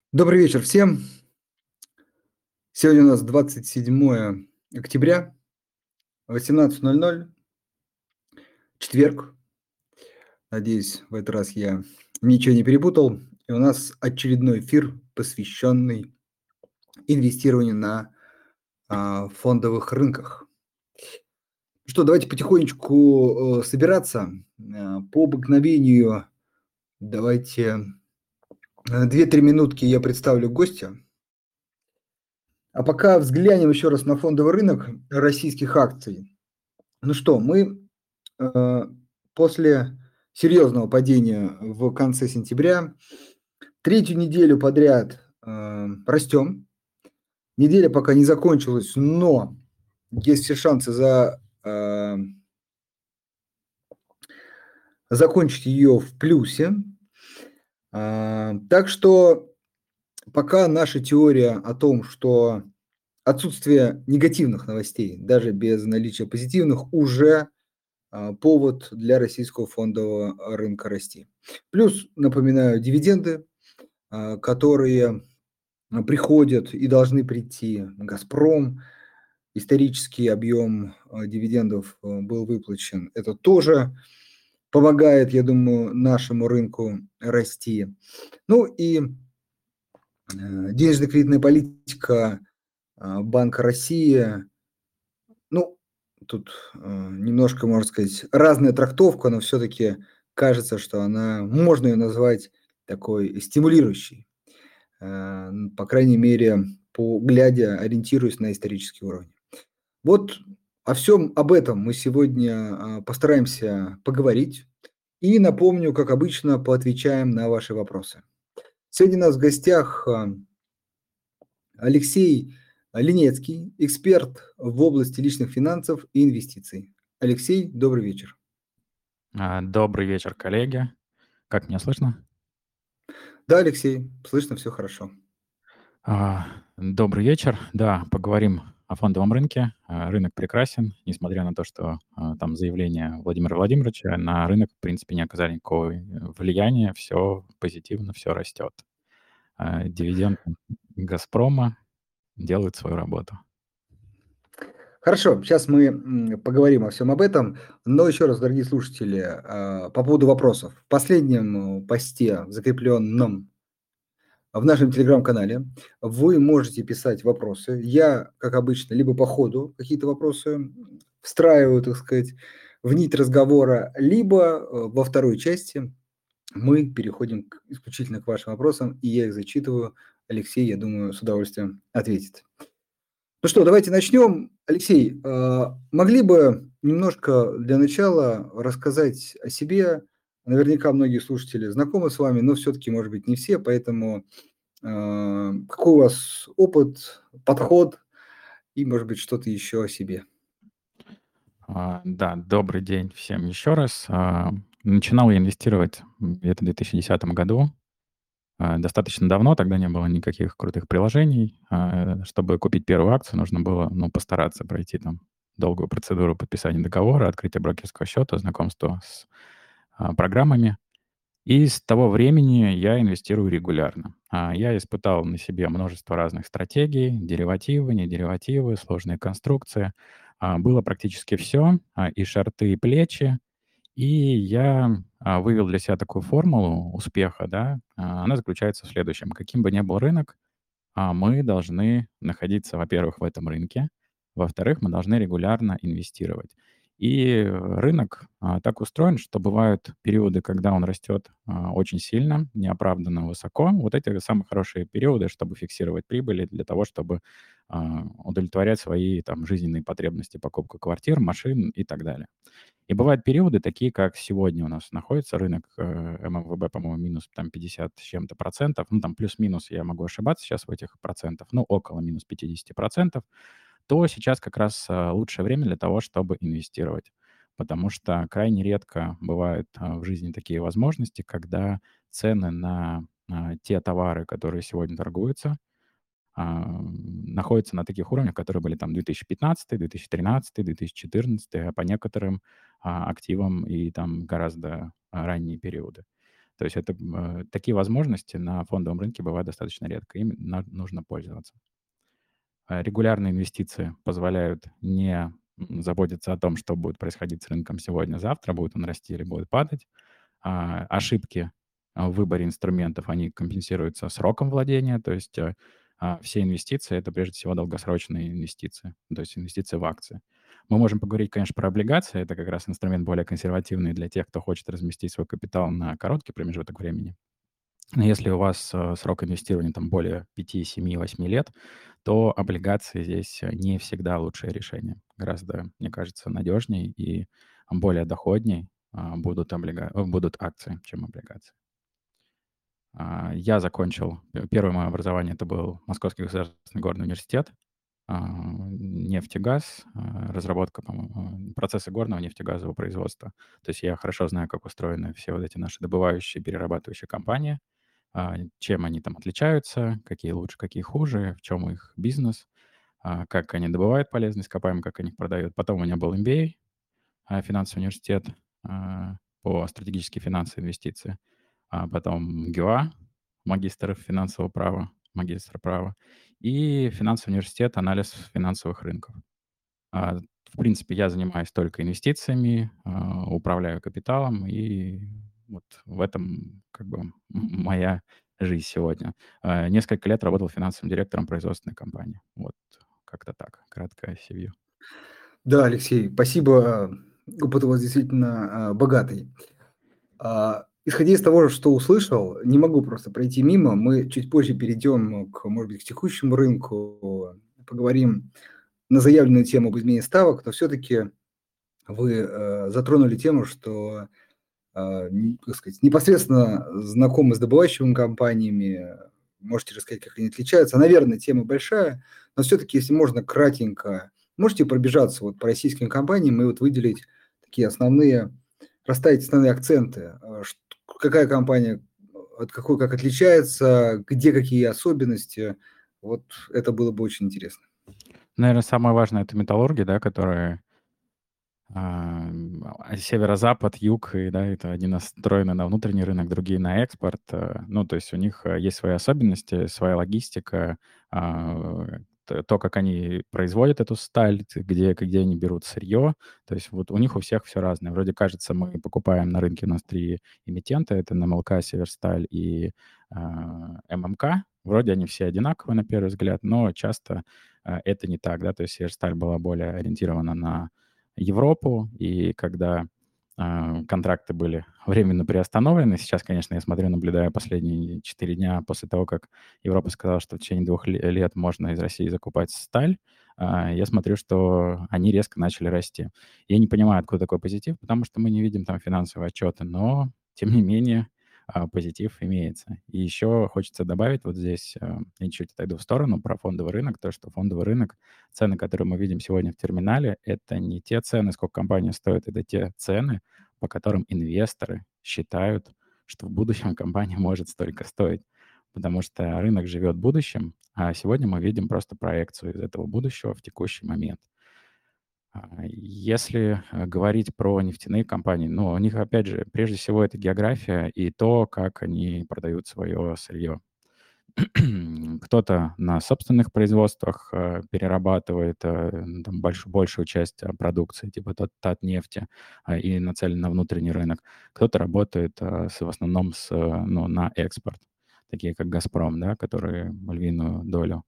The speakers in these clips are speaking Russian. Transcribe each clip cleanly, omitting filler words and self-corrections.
Добрый вечер всем. Сегодня у нас 27 октября, 18:00, четверг. Надеюсь, в этот раз я ничего не перепутал. И у нас очередной эфир, посвященный инвестированию на фондовых рынках. Что, давайте потихонечку собираться. По обыкновению давайте 2-3 минутки я представлю гостя. А пока взглянем еще раз на фондовый рынок российских акций. Ну что, мы Э, после серьезного падения в конце сентября третью неделю подряд, растем. Неделя пока не закончилась, но есть все шансы закончить ее в плюсе. Так что пока наша теория о том, что отсутствие негативных новостей, даже без наличия позитивных, уже повод для российского фондового рынка расти. Плюс, напоминаю, дивиденды, которые приходят и должны прийти. «Газпром», исторический объем дивидендов был выплачен. Это тоже помогает, я думаю, нашему рынку расти. Ну и денежно-кредитная политика Банка России. Ну, тут немножко, можно сказать, разная трактовка, но все-таки кажется, что можно ее назвать такой стимулирующей. По крайней мере, ориентируясь на исторический уровень. Вот о всем об этом мы сегодня постараемся поговорить. И напомню, как обычно, поотвечаем на ваши вопросы. Сегодня у нас в гостях Алексей Ленецкий, эксперт в области личных финансов и инвестиций. Алексей, добрый вечер. Добрый вечер, коллеги. Как меня слышно? Да, Алексей, слышно все хорошо. Добрый вечер. Да, поговорим о фондовом рынке. Рынок прекрасен, несмотря на то, что там заявления Владимира Владимировича на рынок, в принципе, не оказали никакого влияния. Все позитивно, все растет. Дивиденд «Газпрома» делает свою работу. Хорошо, сейчас мы поговорим о всем об этом, но еще раз, дорогие слушатели, по поводу вопросов. В последнем посте, закрепленном в нашем телеграм-канале, вы можете писать вопросы. Я, как обычно, либо по ходу какие-то вопросы встраиваю, так сказать, в нить разговора, либо во второй части мы переходим исключительно к вашим вопросам, и я их зачитываю. Алексей, я думаю, с удовольствием ответит. Ну что, давайте начнем. Алексей, могли бы немножко для начала рассказать о себе? Наверняка многие слушатели знакомы с вами, но все-таки, может быть, не все, поэтому какой у вас опыт, подход и, может быть, что-то еще о себе? Да, добрый день всем еще раз. Начинал я инвестировать где-то в 2010 году. Достаточно давно, тогда не было никаких крутых приложений. Чтобы купить первую акцию, нужно было, постараться пройти там долгую процедуру подписания договора, открытия брокерского счета, знакомства с программами. И с того времени я инвестирую регулярно. Я испытал на себе множество разных стратегий, деривативы, не деривативы, сложные конструкции. Было практически все, и шорты, и плечи. И я вывел для себя такую формулу успеха, да. Она заключается в следующем. Каким бы ни был рынок, мы должны находиться, во-первых, в этом рынке, во-вторых, мы должны регулярно инвестировать. И рынок так устроен, что бывают периоды, когда он растет очень сильно, неоправданно высоко. Вот эти самые хорошие периоды, чтобы фиксировать прибыли, для того, чтобы удовлетворять свои там жизненные потребности, покупку квартир, машин и так далее. И бывают периоды, такие как сегодня у нас находится рынок ММВБ, по-моему, минус там 50 с чем-то процентов. Ну, там плюс-минус, я могу ошибаться сейчас в этих процентах, ну, около минус 50%, то сейчас как раз лучшее время для того, чтобы инвестировать. Потому что крайне редко бывают в жизни такие возможности, когда цены на те товары, которые сегодня торгуются, находятся на таких уровнях, которые были там 2015, 2013, 2014, а по некоторым активам и там гораздо ранние периоды. То есть это такие возможности на фондовом рынке бывают достаточно редко, ими нужно пользоваться. Регулярные инвестиции позволяют не заботиться о том, что будет происходить с рынком сегодня-завтра, будет он расти или будет падать. Ошибки в выборе инструментов, они компенсируются сроком владения, то есть все инвестиции — это прежде всего долгосрочные инвестиции, то есть инвестиции в акции. Мы можем поговорить, конечно, про облигации, это как раз инструмент более консервативный для тех, кто хочет разместить свой капитал на короткий промежуток времени. Но если у вас срок инвестирования там более 5, 7, 8 лет, то облигации здесь не всегда лучшее решение. Гораздо, мне кажется, надежнее и более доходней будут акции, чем облигации. Я закончил, первое мое образование — это был Московский государственный горный университет, нефть и газ, разработка, по-моему, процессы горного нефтегазового производства. То есть я хорошо знаю, как устроены все вот эти наши добывающие, перерабатывающие компании, чем они там отличаются, какие лучше, какие хуже, в чем их бизнес, как они добывают полезные ископаемые, как они их продают. Потом у меня был MBA, финансовый университет, по стратегические финансы и инвестиции. Потом ГЮА, магистр финансового права, магистр права. И финансовый университет, анализ финансовых рынков. В принципе, я занимаюсь только инвестициями, управляю капиталом, и вот в этом как бы моя жизнь сегодня. Несколько лет работал финансовым директором производственной компании. Вот как-то так, краткое CV. Да, Алексей, спасибо. Опыт у вас действительно богатый. Исходя из того, что услышал, не могу просто пройти мимо. Мы чуть позже перейдем может быть, к текущему рынку, поговорим на заявленную тему об изменении ставок, но все-таки вы затронули тему, что как сказать, непосредственно знакомы с добывающими компаниями, можете рассказать, как они отличаются. Наверное, тема большая, но все-таки, если можно, кратенько, можете пробежаться вот по российским компаниям и вот выделить такие основные, расставить основные акценты. Какая компания от какой как отличается, где какие особенности. Вот это было бы очень интересно. Наверное, самое важное — это металлурги, да, которые северо-запад, юг, и, да, это одни настроены на внутренний рынок, другие на экспорт. Ну, то есть у них есть свои особенности, своя логистика, то, как они производят эту сталь, где они берут сырье. То есть вот у них у всех все разное. Вроде кажется, мы покупаем на рынке, у нас три эмитента, это НМЛК, Северсталь и ММК. Вроде они все одинаковые на первый взгляд, но часто это не так, да, то есть Северсталь была более ориентирована на Европу, и когда контракты были временно приостановлены, сейчас, конечно, я смотрю, наблюдаю последние 4 дня после того, как Европа сказала, что в течение 2 лет можно из России закупать сталь, я смотрю, что они резко начали расти. Я не понимаю, откуда такой позитив, потому что мы не видим там финансовые отчеты, но, тем не менее, позитив имеется. И еще хочется добавить вот здесь, я чуть отойду в сторону, про фондовый рынок, то, что фондовый рынок, цены, которые мы видим сегодня в терминале, это не те цены, сколько компания стоит, это те цены, по которым инвесторы считают, что в будущем компания может столько стоить. Потому что рынок живет будущим, а сегодня мы видим просто проекцию из этого будущего в текущий момент. Если говорить про нефтяные компании, ну, у них, опять же, прежде всего, это география и то, как они продают свое сырье. Кто-то на собственных производствах перерабатывает там большую часть продукции, типа Татнефти, и нацелен на внутренний рынок. Кто-то работает в основном ну, на экспорт, такие как «Газпром», да, которые львиную долю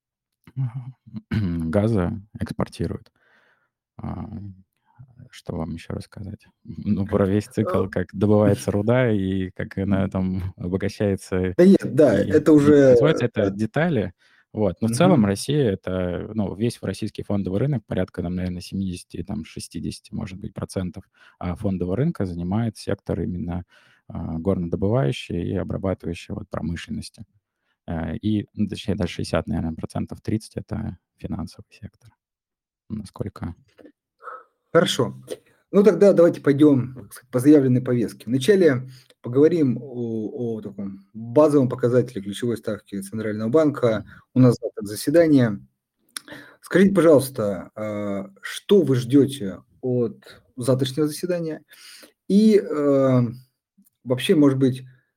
газа экспортируют. А, Что вам еще рассказать? Ну, про весь цикл, как добывается руда и как она там обогащается Да нет, да, это и уже... производится. Это да. детали. Вот. Но в целом Мгм. Россия — это, ну, весь российский фондовый рынок, порядка, там, наверное, 70, там, 60, может быть, процентов фондового рынка занимает сектор именно горнодобывающий и обрабатывающий вот промышленности. И, ну, точнее, даже 60, наверное, процентов, 30 — это финансовый сектор. Насколько... Хорошо. Ну, тогда давайте пойдем так сказать, по заявленной повестке. Вначале поговорим о таком базовом показателе ключевой ставки Центрального банка. У нас завтра заседание. Скажите, пожалуйста, что вы ждете от завтрашнего заседания? И вообще, может быть,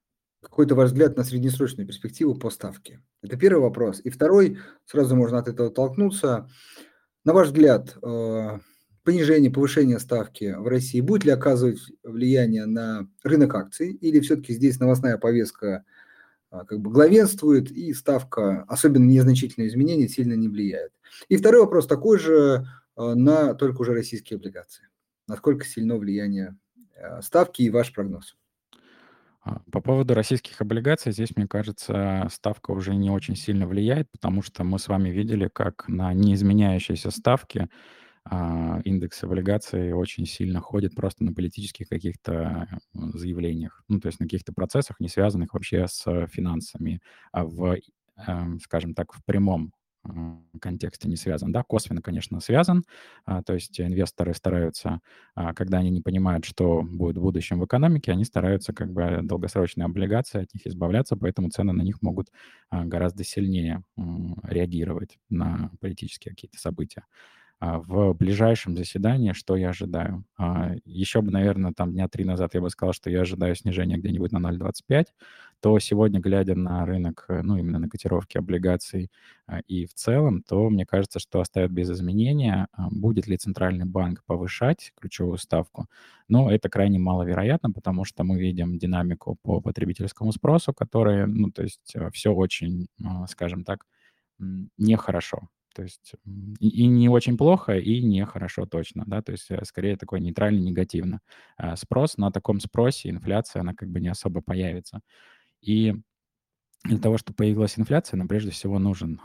какой-то ваш взгляд на среднесрочную перспективу по ставке? Это первый вопрос. И второй, сразу можно от этого оттолкнуться. На ваш взгляд, понижение, повышение ставки в России будет ли оказывать влияние на рынок акций, или все-таки здесь новостная повестка как бы главенствует, и ставка, особенно незначительные изменения, сильно не влияет? И второй вопрос такой же на только уже российские облигации. Насколько сильно влияние ставки и ваш прогноз? По поводу российских облигаций, здесь, мне кажется, ставка уже не очень сильно влияет, потому что мы с вами видели, как на неизменяющиеся ставки индекс облигаций очень сильно ходит просто на политических каких-то заявлениях, ну, то есть на каких-то процессах, не связанных вообще с финансами, скажем так, в прямом контексте не связан. Да, косвенно, конечно, связан. То есть инвесторы стараются, когда они не понимают, что будет в будущем в экономике, они стараются как бы долгосрочные облигации от них избавляться, поэтому цены на них могут гораздо сильнее реагировать на политические какие-то события. В ближайшем заседании что я ожидаю? Еще бы, наверное, там дня 3 назад я бы сказал, что я ожидаю снижения где-нибудь на 0,25, то сегодня, глядя на рынок, ну, именно на котировки облигаций, и в целом, то мне кажется, что оставят без изменения. Будет ли Центральный банк повышать ключевую ставку? Но это крайне маловероятно, потому что мы видим динамику по потребительскому спросу, которая, ну, то есть, все очень, скажем так, нехорошо. То есть и не очень плохо, и нехорошо точно, да, то есть скорее такой нейтральный, негативно. Спрос, на таком спросе инфляция, она как бы не особо появится. И для того, чтобы появилась инфляция, нам прежде всего нужен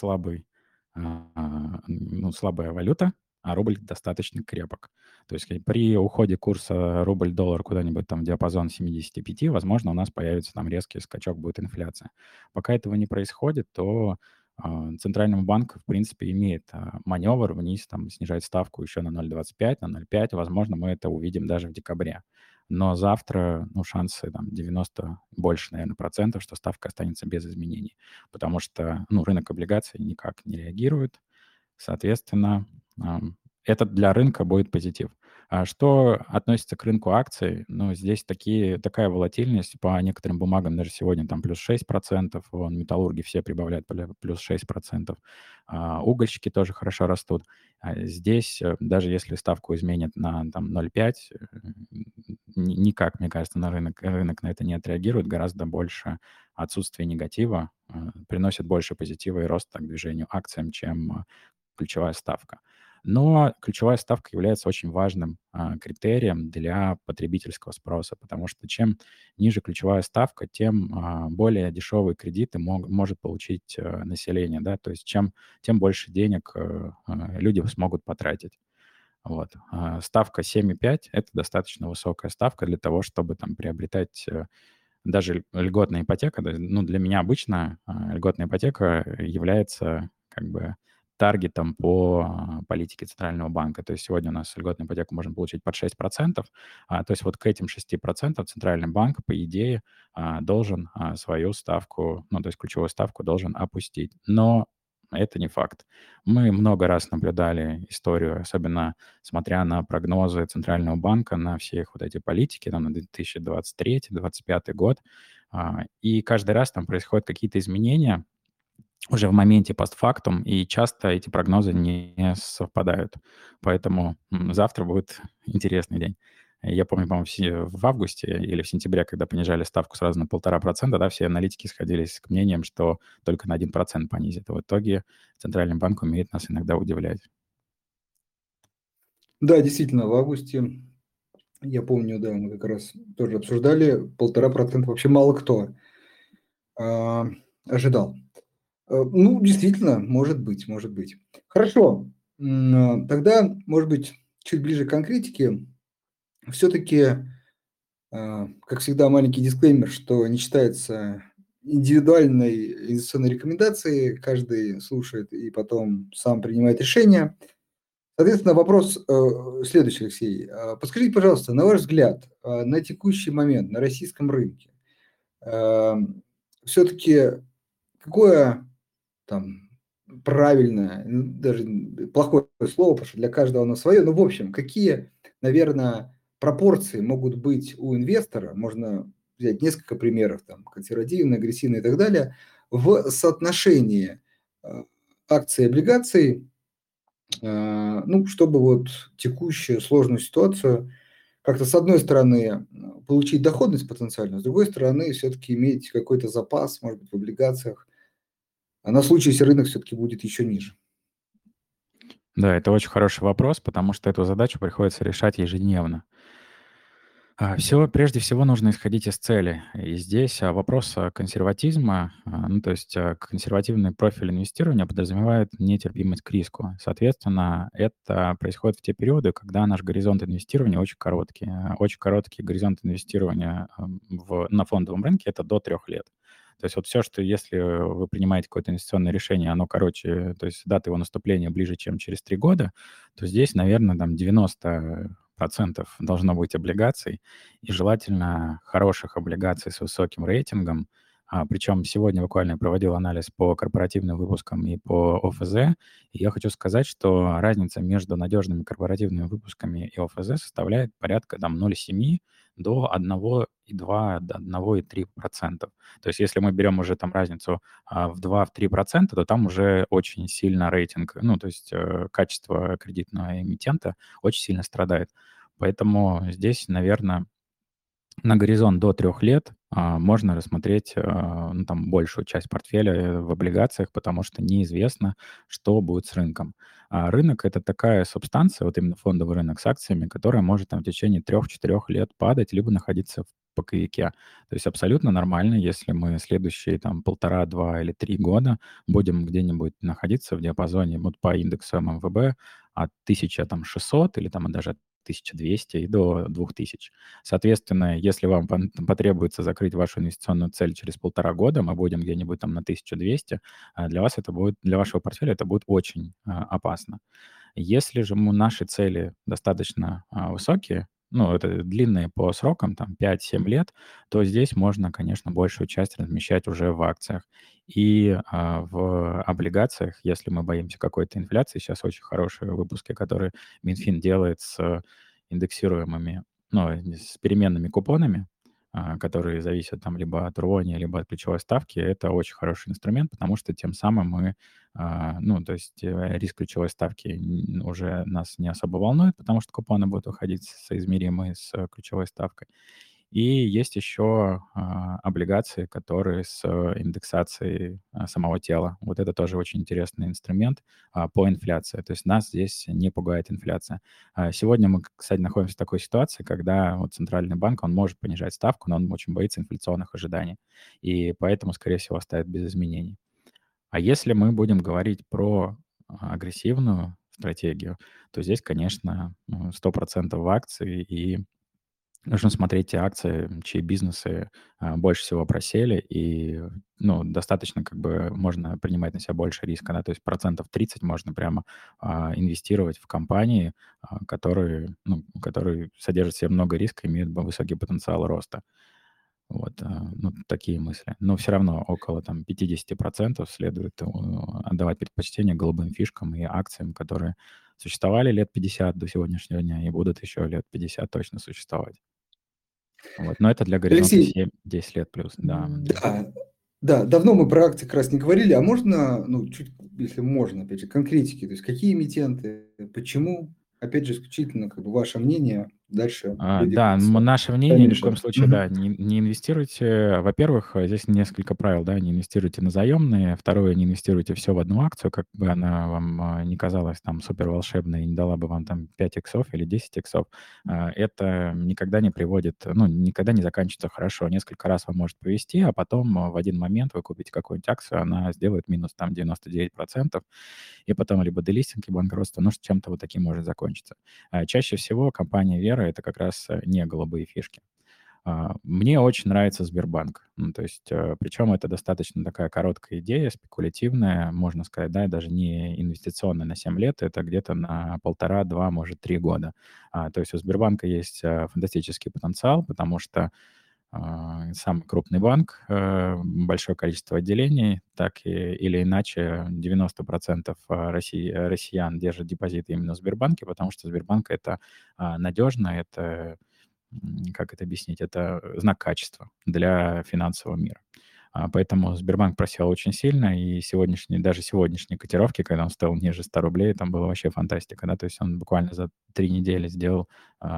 ну, слабая валюта, а рубль достаточно крепок. То есть при уходе курса рубль-доллар куда-нибудь там в диапазон 75, возможно, у нас появится там резкий скачок, будет инфляция. Пока этого не происходит, то Центральный банк, в принципе, имеет маневр вниз, там, снижать ставку еще на 0,25, на 0,5. Возможно, мы это увидим даже в декабре. Но завтра, ну, шансы там 90 больше, наверное, процентов, что ставка останется без изменений. Потому что, ну, рынок облигаций никак не реагирует. Соответственно, это для рынка будет позитив. А что относится к рынку акций, ну, здесь такая волатильность по некоторым бумагам даже сегодня там плюс 6%, вон, металлурги все прибавляют плюс 6%, угольщики тоже хорошо растут. Здесь, даже если ставку изменят на там 0,5, никак, мне кажется, рынок на это не отреагирует, гораздо больше отсутствие негатива приносит больше позитива и роста к движению акциям, чем ключевая ставка. Но ключевая ставка является очень важным критерием для потребительского спроса, потому что чем ниже ключевая ставка, тем более дешевые кредиты может получить население, да, то есть тем больше денег люди смогут потратить. Вот. Ставка 7,5 — это достаточно высокая ставка для того, чтобы там приобретать даже льготная ипотека. Ну, для меня обычно льготная ипотека является как бы таргетом по политике Центрального банка. То есть сегодня у нас льготную ипотеку можно получить под 6%, то есть вот к этим 6% Центральный банк, по идее, должен свою ставку, ну, то есть ключевую ставку должен опустить. Но это не факт. Мы много раз наблюдали историю, особенно смотря на прогнозы Центрального банка, на все их вот эти политики, там, на 2023-2025 год, и каждый раз там происходят какие-то изменения уже в моменте постфактум, и часто эти прогнозы не совпадают. Поэтому завтра будет интересный день. Я помню, по-моему, в августе или в сентябре, когда понижали ставку сразу на 1,5%, да, все аналитики сходились к мнениям, что только на 1% понизит. А в итоге Центральный банк умеет нас иногда удивлять. Да, действительно, в августе, я помню, да, мы как раз тоже обсуждали, 1,5% вообще мало кто а, ожидал. Ну, действительно, может быть, может быть. Хорошо, тогда, может быть, чуть ближе к конкретике. Все-таки, как всегда, маленький дисклеймер, что не читается индивидуальной инвестиционной рекомендации, каждый слушает и потом сам принимает решение. Соответственно, вопрос следующий, Алексей. Подскажите, пожалуйста, на ваш взгляд, на текущий момент на российском рынке все-таки какое там правильное, даже плохое слово, потому что для каждого оно свое, но в общем, какие, наверное, пропорции могут быть у инвестора, можно взять несколько примеров, там, консервативные, агрессивные и так далее, в соотношении акций и облигаций, ну, чтобы вот текущую сложную ситуацию как-то, с одной стороны, получить доходность потенциальную, с другой стороны, все-таки иметь какой-то запас, может быть, в облигациях, на случай, если рынок все-таки будет еще ниже. Да, это очень хороший вопрос, потому что эту задачу приходится решать ежедневно. Прежде всего нужно исходить из цели. И здесь вопрос консерватизма, ну, то есть консервативный профиль инвестирования подразумевает нетерпимость к риску. Соответственно, это происходит в те периоды, когда наш горизонт инвестирования очень короткий. Очень короткий горизонт инвестирования на фондовом рынке — это до 3 лет. То есть вот все, что если вы принимаете какое-то инвестиционное решение, оно короче, то есть дата его наступления ближе, чем через 3 года, то здесь, наверное, там 90% должно быть облигаций, и желательно хороших облигаций с высоким рейтингом. Причем сегодня буквально я проводил анализ по корпоративным выпускам и по ОФЗ, и я хочу сказать, что разница между надежными корпоративными выпусками и ОФЗ составляет порядка там 0,7 до 1,2, до 1,3%. То есть если мы берем уже там разницу в 2-3%, то там уже очень сильно рейтинг, ну, то есть качество кредитного эмитента очень сильно страдает. Поэтому здесь, наверное, на горизонт до 3 лет можно рассмотреть ну, там, большую часть портфеля в облигациях, потому что неизвестно, что будет с рынком. Рынок — это такая субстанция, вот именно фондовый рынок с акциями, которая может там, в течение 3-4 лет падать, либо находиться в поковике. То есть абсолютно нормально, если мы следующие там 1,5, 2 или 3 года будем где-нибудь находиться в диапазоне вот по индексу ММВБ от 1600 или там даже от 1200 и до 2000. Соответственно, если вам потребуется закрыть вашу инвестиционную цель через 1,5 года, мы будем где-нибудь там на 1200, для вас это будет, для вашего портфеля это будет очень опасно. Если же наши цели достаточно высокие, ну, это длинные по срокам, там 5-7 лет, то здесь можно, конечно, большую часть размещать уже в акциях. И в облигациях, если мы боимся какой-то инфляции, сейчас очень хорошие выпуски, которые Минфин делает с индексируемыми, ну, с переменными купонами, которые зависят там либо от РОНи, либо от ключевой ставки, это очень хороший инструмент, потому что тем самым мы ну, то есть риск ключевой ставки уже нас не особо волнует, потому что купоны будут выходить соизмеримые с ключевой ставкой. И есть еще облигации, которые с индексацией самого тела. Вот это тоже очень интересный инструмент по инфляции. То есть нас здесь не пугает инфляция. Сегодня мы, кстати, находимся в такой ситуации, когда вот Центральный банк, он может понижать ставку, но он очень боится инфляционных ожиданий. И поэтому, скорее всего, оставит без изменений. А если мы будем говорить про агрессивную стратегию, то здесь, конечно, 100% в акции, и нужно смотреть те акции, чьи бизнесы больше всего просели, и, ну, достаточно как бы можно принимать на себя больше риска, да, то есть 30% можно прямо инвестировать в компании, которые содержат в себе много риска, имеют высокий потенциал роста. Вот, ну, такие мысли. Но все равно около там 50% следует отдавать предпочтение голубым фишкам и акциям, которые существовали лет 50 до сегодняшнего дня и будут еще лет 50 точно существовать. Вот. Но это для горизонта Алексей, 7-10 лет плюс, да, Андрей. да, да, давно мы про акции как раз не говорили, а можно, ну, чуть, если можно, опять же, конкретики, то есть какие эмитенты, почему, опять же, исключительно как бы ваше мнение, дальше люди, как Да, говорится, наше мнение сами ни в коем решат. случае, Мгм. да, не инвестируйте. Во-первых, здесь несколько правил, да, не инвестируйте на заемные. Второе, не инвестируйте все в одну акцию, как бы она вам не казалась там супер волшебной и не дала бы вам там 5 иксов или 10 иксов. Это никогда не приводит, ну, никогда не заканчивается хорошо. Несколько раз вам может повезти, а потом в один момент вы купите какую-нибудь акцию, она сделает минус там 99%, и потом либо делистинг, и банкротство, ну, чем-то вот таким может закончиться. Чаще всего компания «Вера» — это как раз не голубые фишки. Мне очень нравится Сбербанк. Ну, то есть, причем это достаточно такая короткая идея, спекулятивная, можно сказать, да, даже не инвестиционная на 7 лет, это где-то на 1,5, 2, может, 3 года. То есть у Сбербанка есть фантастический потенциал, потому что самый крупный банк, большое количество отделений, так или иначе 90% россиян держат депозиты именно в Сбербанке, потому что Сбербанк — это надежно, это как это объяснить, это знак качества для финансового мира. Поэтому Сбербанк просел очень сильно, и даже сегодняшние котировки, когда он стоил ниже 100 рублей, там была вообще фантастика, да, то есть он буквально за 3 недели сделал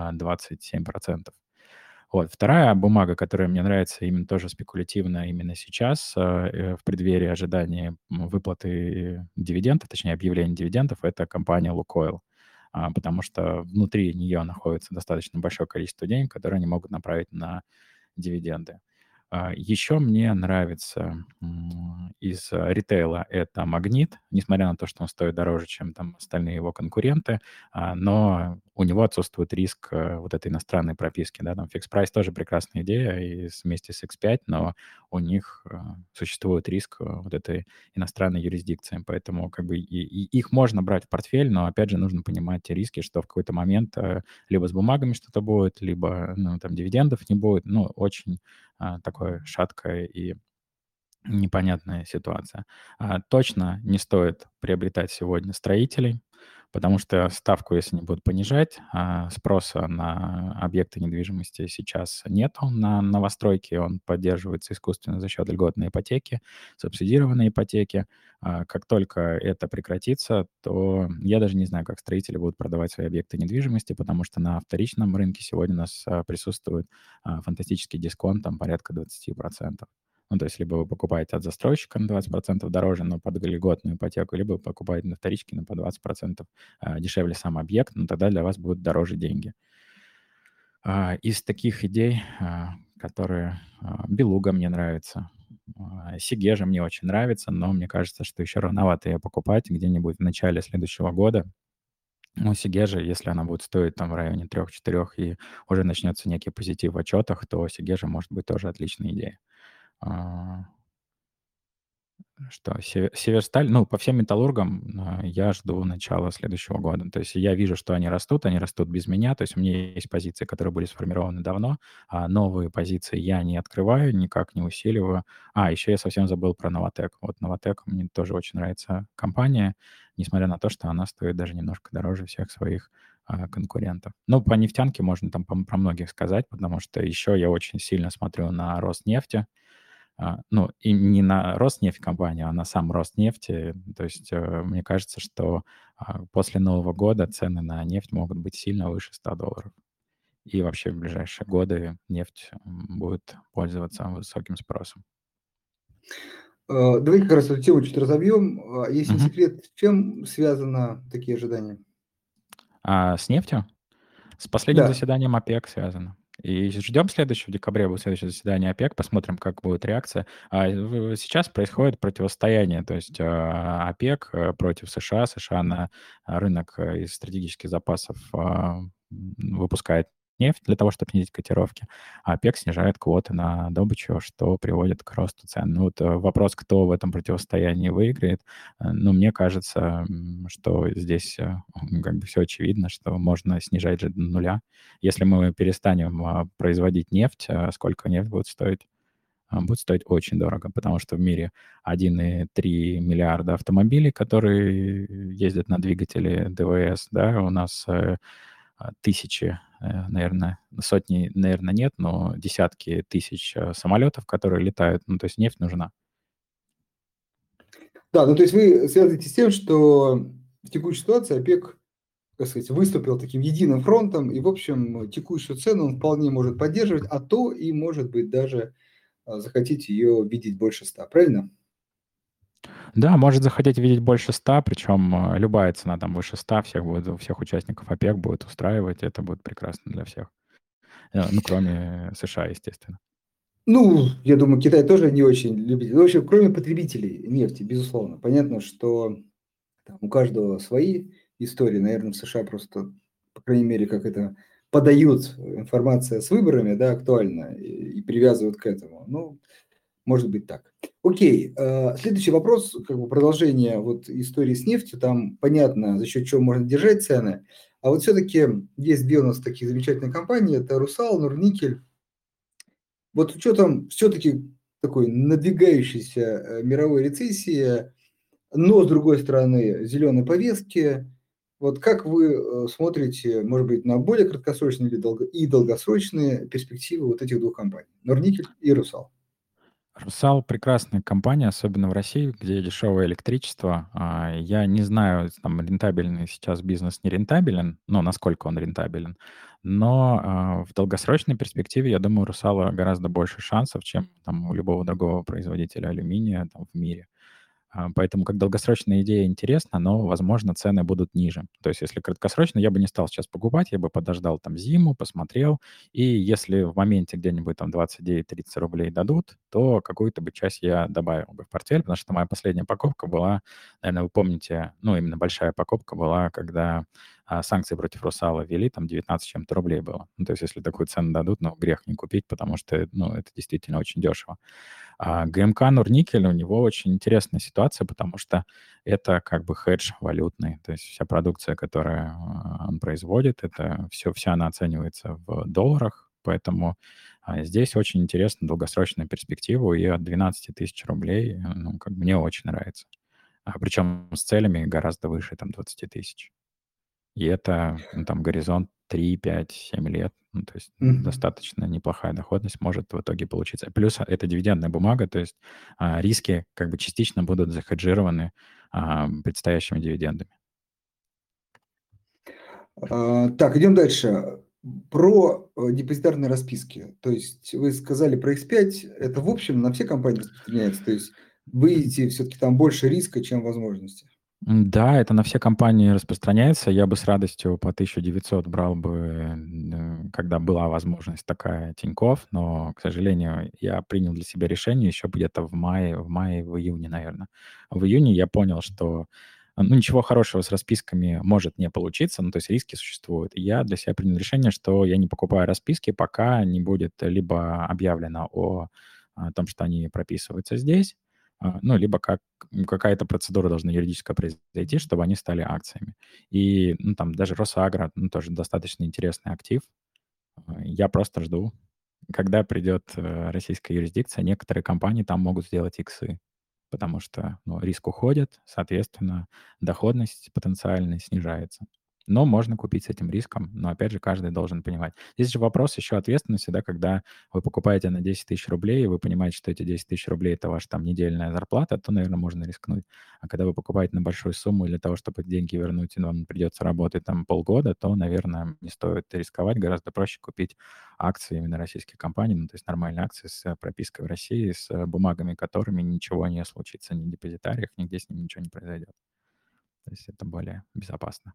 27%. Вот. Вторая бумага, которая мне нравится именно тоже спекулятивно именно сейчас, в преддверии ожидания выплаты дивидендов, точнее, объявления дивидендов, это компания «Лукойл». Потому что внутри нее находится достаточно большое количество денег, которые они могут направить на дивиденды. Еще мне нравится из ритейла это «Магнит», несмотря на то, что он стоит дороже, чем там остальные его конкуренты, но у него отсутствует риск вот этой иностранной прописки, да, там фикс прайс тоже прекрасная идея и вместе с X5, но у них существует риск вот этой иностранной юрисдикции, поэтому как бы и их можно брать в портфель, но опять же нужно понимать те риски, что в какой-то момент либо с бумагами что-то будет, либо ну, там дивидендов не будет, ну очень такое шаткое и непонятная ситуация. Точно не стоит приобретать сегодня строителей, потому что ставку, если не будут понижать, спроса на объекты недвижимости сейчас нету на новостройки. Он поддерживается искусственно за счет льготной ипотеки, субсидированной ипотеки. Как только это прекратится, то я даже не знаю, как строители будут продавать свои объекты недвижимости, потому что на вторичном рынке сегодня у нас присутствует фантастический дисконт, там порядка 20%. Ну, то есть либо вы покупаете от застройщика на 20% дороже, но под льготную ипотеку, либо вы покупаете на вторичке на по 20% дешевле сам объект, но тогда для вас будут дороже деньги. Из таких идей, которые... Белуга мне нравится, Сигежа мне очень нравится, но мне кажется, что еще рановато ее покупать где-нибудь в начале следующего года. Ну, Сигежа, если она будет стоить там в районе 3-4 и уже начнется некий позитив в отчетах, то Сигежа может быть тоже отличной идеей. А, Что, Северсталь, ну, по всем металлургам я жду начала следующего года. То есть я вижу, что они растут без меня. То есть у меня есть позиции, которые были сформированы давно, а новые позиции я не открываю, никак не усиливаю. Еще я совсем забыл про Новотек. Вот Новотек мне тоже очень нравится компания, несмотря на то, что она стоит даже немножко дороже всех своих конкурентов. Ну, по нефтянке можно там про многих сказать, потому что еще я очень сильно смотрю на рост нефти. Ну, и не на Роснефть компанию, а на сам Роснефть. То есть мне кажется, что после Нового года цены на нефть могут быть сильно выше $100. И вообще в ближайшие годы нефть будет пользоваться высоким спросом. Давай как раз эту тему чуть разобьем. Если не Мгм. секрет, с чем связаны такие ожидания? С нефтью? С последним Да. заседанием ОПЕК связано. И ждем следующего, в декабре будет следующее заседание ОПЕК, посмотрим, как будет реакция. Сейчас происходит противостояние, то есть ОПЕК против США. США на рынок из стратегических запасов выпускает нефть для того, чтобы снизить котировки, а ОПЕК снижает квоты на добычу, что приводит к росту цен. Ну, вот вопрос, кто в этом противостоянии выиграет, ну, мне кажется, что здесь как бы все очевидно, что можно снижать же до нуля. Если мы перестанем производить нефть, сколько нефть будет стоить? Будет стоить очень дорого, потому что в мире 1,3 миллиарда автомобилей, которые ездят на двигателе ДВС, да, у нас тысячи, наверное, сотни, наверное, нет, но десятки тысяч самолетов, которые летают. Ну, то есть нефть нужна. Да, ну то есть вы связываете с тем, что в текущей ситуации ОПЕК, так сказать, выступил таким единым фронтом, и, в общем, текущую цену он вполне может поддерживать, а то и, может быть, даже захотите ее видеть больше 100, правильно? Да, может захотеть видеть больше 100, причем любая цена там выше 100 всех участников ОПЕК будет устраивать, это будет прекрасно для всех. Ну, кроме США, естественно. Ну, я думаю, Китай тоже не очень любит. В общем, кроме потребителей нефти, безусловно. Понятно, что там у каждого свои истории. Наверное, в США просто, по крайней мере, как это подают информация с выборами, да, актуальна, и привязывают к этому. Ну, может быть так. Окей, следующий вопрос, как бы продолжение вот истории с нефтью. Там понятно, за счет чего можно держать цены. А вот все-таки есть две у нас такие замечательные компании. Это «Русал», «Норникель». Вот с учетом все-таки такой надвигающейся мировой рецессии, но, с другой стороны, зеленой повестки, Вот как вы смотрите, может быть, на более краткосрочные и долгосрочные перспективы вот этих двух компаний, Норникель и Русал? «Русал» — прекрасная компания, особенно в России, где дешевое электричество. Я не знаю, там рентабельный сейчас бизнес, не рентабелен, ну, насколько он рентабелен, но в долгосрочной перспективе, я думаю, у «Русала» гораздо больше шансов, чем там у любого другого производителя алюминия там в мире. Поэтому как долгосрочная идея интересна, но, возможно, цены будут ниже. То есть если краткосрочно, я бы не стал сейчас покупать, я бы подождал там зиму, посмотрел, и если в моменте где-нибудь там 29-30 рублей дадут, то какую-то бы часть я добавил бы в портфель, потому что моя последняя покупка была, наверное, вы помните, ну, именно большая покупка была, когда санкции против «Русала» ввели, там 19 чем-то рублей было. Ну, то есть если такую цену дадут, ну, грех не купить, потому что, ну, это действительно очень дешево. А ГМК «Норникель», у него очень интересная ситуация, потому что это как бы хедж валютный. То есть вся продукция, которую он производит, это вся она оценивается в долларах, поэтому здесь очень интересна долгосрочная перспектива, и от 12 тысяч рублей, ну, как бы мне очень нравится. Причем с целями гораздо выше, там, 20 тысяч. И это, ну, там, горизонт 3, 5, 7 лет. Ну, то есть Мгм. достаточно неплохая доходность может в итоге получиться. Плюс это дивидендная бумага, то есть риски как бы частично будут захеджированы предстоящими дивидендами. Так, идем дальше. Про депозитарные расписки. То есть вы сказали про X5, это в общем на все компании распространяется. То есть вы видите все-таки там больше риска, чем возможности. Да, это на все компании распространяется. Я бы с радостью по 1900 брал бы, когда была возможность такая, Тинькофф, но, к сожалению, я принял для себя решение еще где-то в июне, наверное. В июне я понял, что ну, ничего хорошего с расписками может не получиться, ну, то есть риски существуют. И я для себя принял решение, что я не покупаю расписки, пока не будет либо объявлено о том, что они прописываются здесь, ну, либо какая-то процедура должна юридическая произойти, чтобы они стали акциями. И, ну, там даже «Росагра», ну, тоже достаточно интересный актив. Я просто жду, когда придет российская юрисдикция, некоторые компании там могут сделать иксы, потому что, ну, риск уходит, соответственно, доходность потенциальная снижается. Но можно купить с этим риском, но, опять же, каждый должен понимать. Здесь же вопрос еще ответственности, да, когда вы покупаете на 10 тысяч рублей, и вы понимаете, что эти 10 тысяч рублей — это ваша там недельная зарплата, то, наверное, можно рискнуть. А когда вы покупаете на большую сумму, и для того, чтобы эти деньги вернуть, и вам придется работать там полгода, то, наверное, не стоит рисковать. Гораздо проще купить акции именно российских компаний, ну, то есть нормальные акции с пропиской в России, с бумагами, которыми ничего не случится, ни в депозитариях, нигде с ними ничего не произойдет. То есть это более безопасно.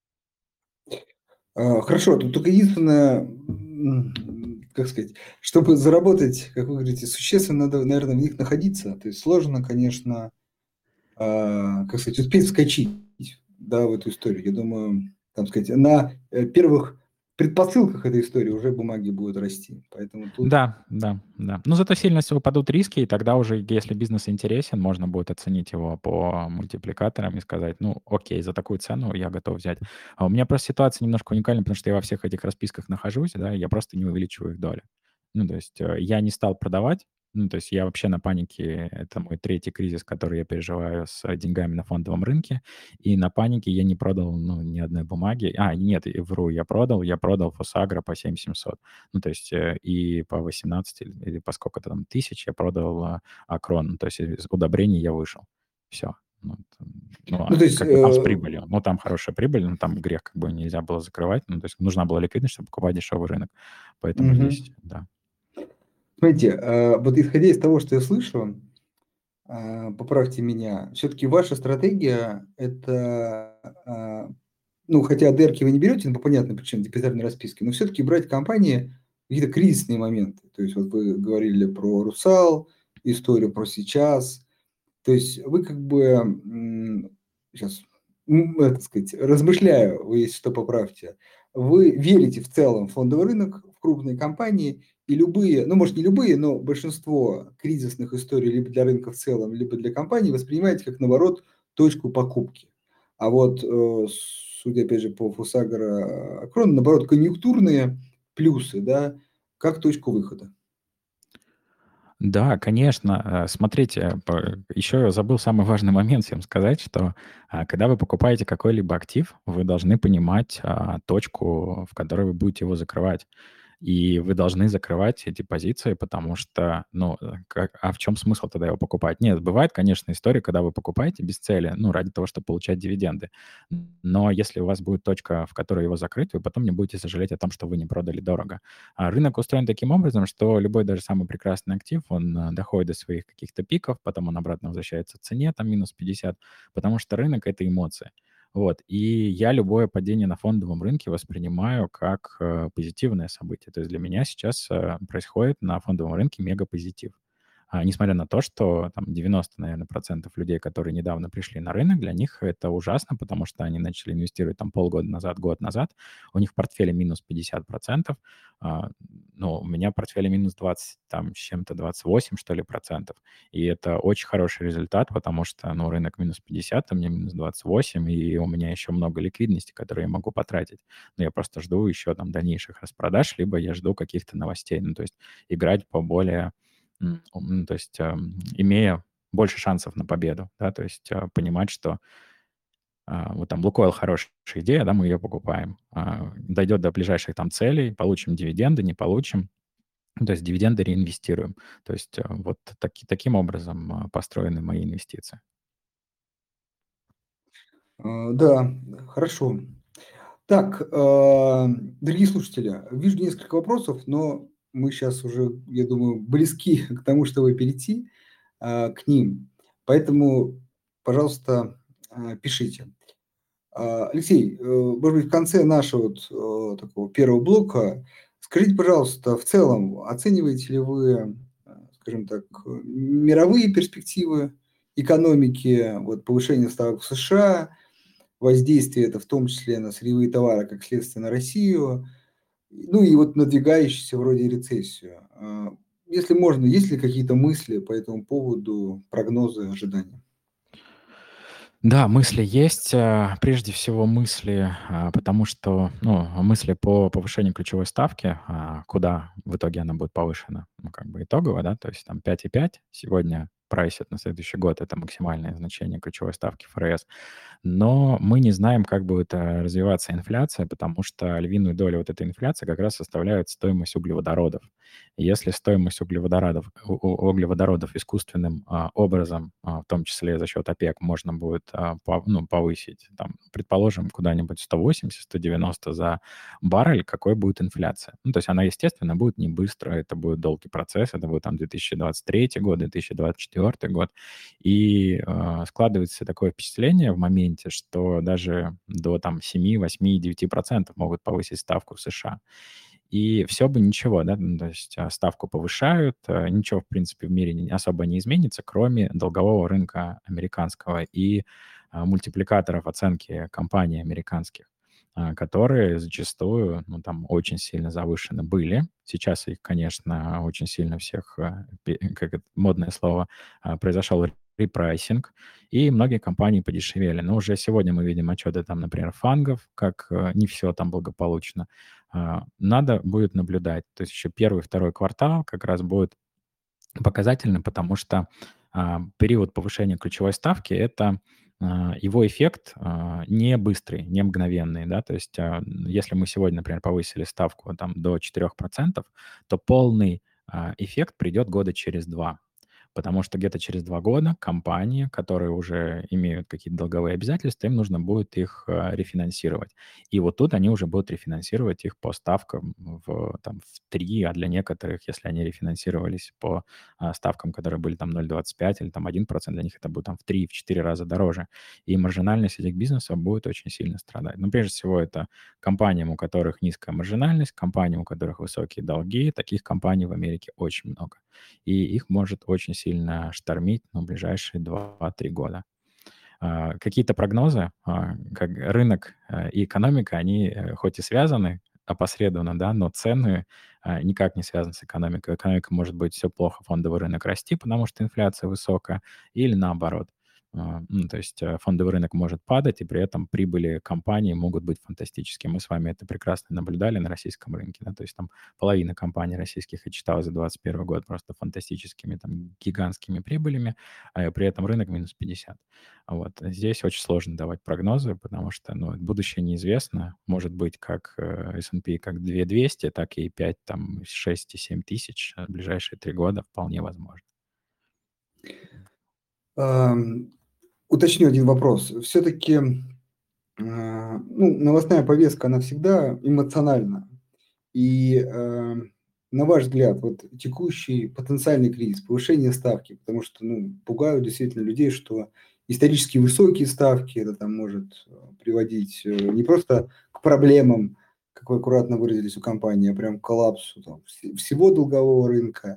Хорошо, тут только единственное, как сказать, чтобы заработать, как вы говорите, существенно надо, наверное, в них находиться. То есть сложно, конечно, как сказать, успеть вскочить, да, в эту историю. Я думаю, там сказать, на первых предпосылках этой истории уже бумаги будут расти. Поэтому тут Да, да, да. Но зато сильно упадут риски, и тогда уже, если бизнес интересен, можно будет оценить его по мультипликаторам и сказать, ну, окей, за такую цену я готов взять. А у меня просто ситуация немножко уникальна, потому что я во всех этих расписках нахожусь, да, и я просто не увеличиваю их доли. Ну, то есть я не стал продавать, ну, то есть я вообще на панике, это мой третий кризис, который я переживаю с деньгами на фондовом рынке, и на панике я не продал, ну, ни одной бумаги. Нет, вру, я продал Фосагро по 7700. Ну, то есть и по 18 или по сколько-то там тысяч я продал Акрон. Ну, то есть из удобрений я вышел. Все. ну, то есть, Как бы там с прибылью. Ну, там хорошая прибыль, но там грех как бы нельзя было закрывать. Ну, то есть нужна была ликвидность, чтобы покупать дешевый рынок. Поэтому здесь, мгм. да. Смотрите, вот исходя из того, что я слышу, поправьте меня, все-таки ваша стратегия – это, ну, хотя дерки вы не берете, ну, по понятным причинам, депозитарные расписки, но все-таки брать компании в какие-то кризисные моменты. То есть вот вы говорили про «Русал», историю про сейчас. То есть вы как бы, сейчас, так сказать, размышляю, вы если что поправьте, вы верите в целом в фондовый рынок, в крупные компании, и любые, ну, может, не любые, но большинство кризисных историй либо для рынка в целом, либо для компаний воспринимаете как, наоборот, точку покупки. А вот, судя, опять же, по Фусагро Акрон, наоборот, конъюнктурные плюсы, да, как точку выхода. Да, конечно. Смотрите, еще я забыл самый важный момент всем сказать, что когда вы покупаете какой-либо актив, вы должны понимать точку, в которой вы будете его закрывать. И вы должны закрывать эти позиции, потому что, ну, а в чем смысл тогда его покупать? Нет, бывает, конечно, история, когда вы покупаете без цели, ну, ради того, чтобы получать дивиденды. Но если у вас будет точка, в которой его закрыть, вы потом не будете сожалеть о том, что вы не продали дорого. А рынок устроен таким образом, что любой даже самый прекрасный актив, он доходит до своих каких-то пиков, потом он обратно возвращается в цене, там минус 50, потому что рынок — это эмоции. Вот. И я любое падение на фондовом рынке воспринимаю как позитивное событие. То есть для меня сейчас происходит на фондовом рынке мега-позитив. Несмотря на то, что там 90, наверное, процентов людей, которые недавно пришли на рынок, для них это ужасно, потому что они начали инвестировать там полгода назад, год назад, у них в портфеле минус 50%, ну, у меня в портфеле минус 20, там, с чем-то 28, что ли, процентов. И это очень хороший результат, потому что, ну, рынок минус 50, а мне минус 28, и у меня еще много ликвидности, которые я могу потратить. Но я просто жду еще там дальнейших распродаж, либо я жду каких-то новостей. Ну, то есть играть по более, то есть имея больше шансов на победу, да, то есть понимать, что вот там Лукойл хорошая идея, да, мы ее покупаем, дойдет до ближайших там целей, получим дивиденды, не получим, ну, то есть дивиденды реинвестируем. То есть вот таким образом построены мои инвестиции. Да, хорошо. Так, дорогие слушатели, вижу несколько вопросов, но мы сейчас уже, я думаю, близки к тому, чтобы перейти к ним. Поэтому, пожалуйста, пишите. Алексей, может быть, в конце нашего такого первого блока скажите, пожалуйста, в целом, оцениваете ли вы, скажем так, мировые перспективы экономики, вот повышение ставок в США, воздействие это в том числе на сырьевые товары, как следствие на Россию, ну и вот надвигающуюся вроде рецессию. Если можно, есть ли какие-то мысли по этому поводу, прогнозы, ожидания? Да, мысли есть. Прежде всего мысли, потому что, ну, мысли по повышению ключевой ставки, куда в итоге она будет повышена, ну, как бы итогово, да, то есть там 5,5 сегодня прайсят на следующий год, это максимальное значение ключевой ставки ФРС. Но мы не знаем, как будет развиваться инфляция, потому что львиную долю вот этой инфляции как раз составляет стоимость углеводородов. И если стоимость углеводородов искусственным образом, в том числе за счет ОПЕК, можно будет повысить, там, предположим, куда-нибудь 180-190 за баррель, какой будет инфляция? Ну, то есть она, естественно, будет не быстро, это будет долгий процесс, это будет там 2023 год, 2024 год. И складывается такое впечатление в моменте, что даже до там 7, 8, 9% могут повысить ставку в США. И все бы ничего, да, ну, то есть ставку повышают, ничего, в принципе, в мире особо не изменится, кроме долгового рынка американского и мультипликаторов оценки компаний американских, которые зачастую, ну, там очень сильно завышены были. Сейчас их, конечно, очень сильно всех, как это модное слово, произошел репрайсинг, и многие компании подешевели. Но уже сегодня мы видим отчеты, там, например, фангов, как не все там благополучно. Надо будет наблюдать. То есть еще первый, второй квартал как раз будет показательным, потому что период повышения ключевой ставки — это его эффект не быстрый, не мгновенный, да, то есть если мы сегодня, например, повысили ставку там до 4%, то полный эффект придет года через два. Потому что где-то через 2 года компании, которые уже имеют какие-то долговые обязательства, им нужно будет их рефинансировать. И вот тут они уже будут рефинансировать их по ставкам в 3, а для некоторых, если они рефинансировались по ставкам, которые были там 0,25 или там 1%, для них это будет там в 3, в 4 раза дороже. И маржинальность этих бизнесов будет очень сильно страдать. Но прежде всего это компаниям, у которых низкая маржинальность, компаниям, у которых высокие долги. Таких компаний в Америке очень много. И их может очень сильно штормить на ближайшие 2-3 года. Какие-то прогнозы, как рынок и экономика, они хоть и связаны опосредованно, да, но цены никак не связаны с экономикой. Экономика может быть все плохо, фондовый рынок расти, потому что инфляция высокая, или наоборот. Ну, то есть фондовый рынок может падать, и при этом прибыли компаний могут быть фантастические. Мы с вами это прекрасно наблюдали на российском рынке, да, то есть там половина компаний российских отчиталась за 2021 год просто фантастическими, там, гигантскими прибылями, а при этом рынок минус 50. Вот. Здесь очень сложно давать прогнозы, потому что, ну, будущее неизвестно. Может быть как S&P, как 2200, так и 5, там, 6 и 7 тысяч в ближайшие 3 года вполне возможно. Уточню один вопрос. Все-таки ну, новостная повестка, она всегда эмоциональна. И на ваш взгляд, вот текущий потенциальный кризис, повышение ставки, потому что ну, пугают действительно людей, что исторически высокие ставки, это там может приводить не просто к проблемам, как вы аккуратно выразились у компании, а прям к коллапсу там, всего долгового рынка.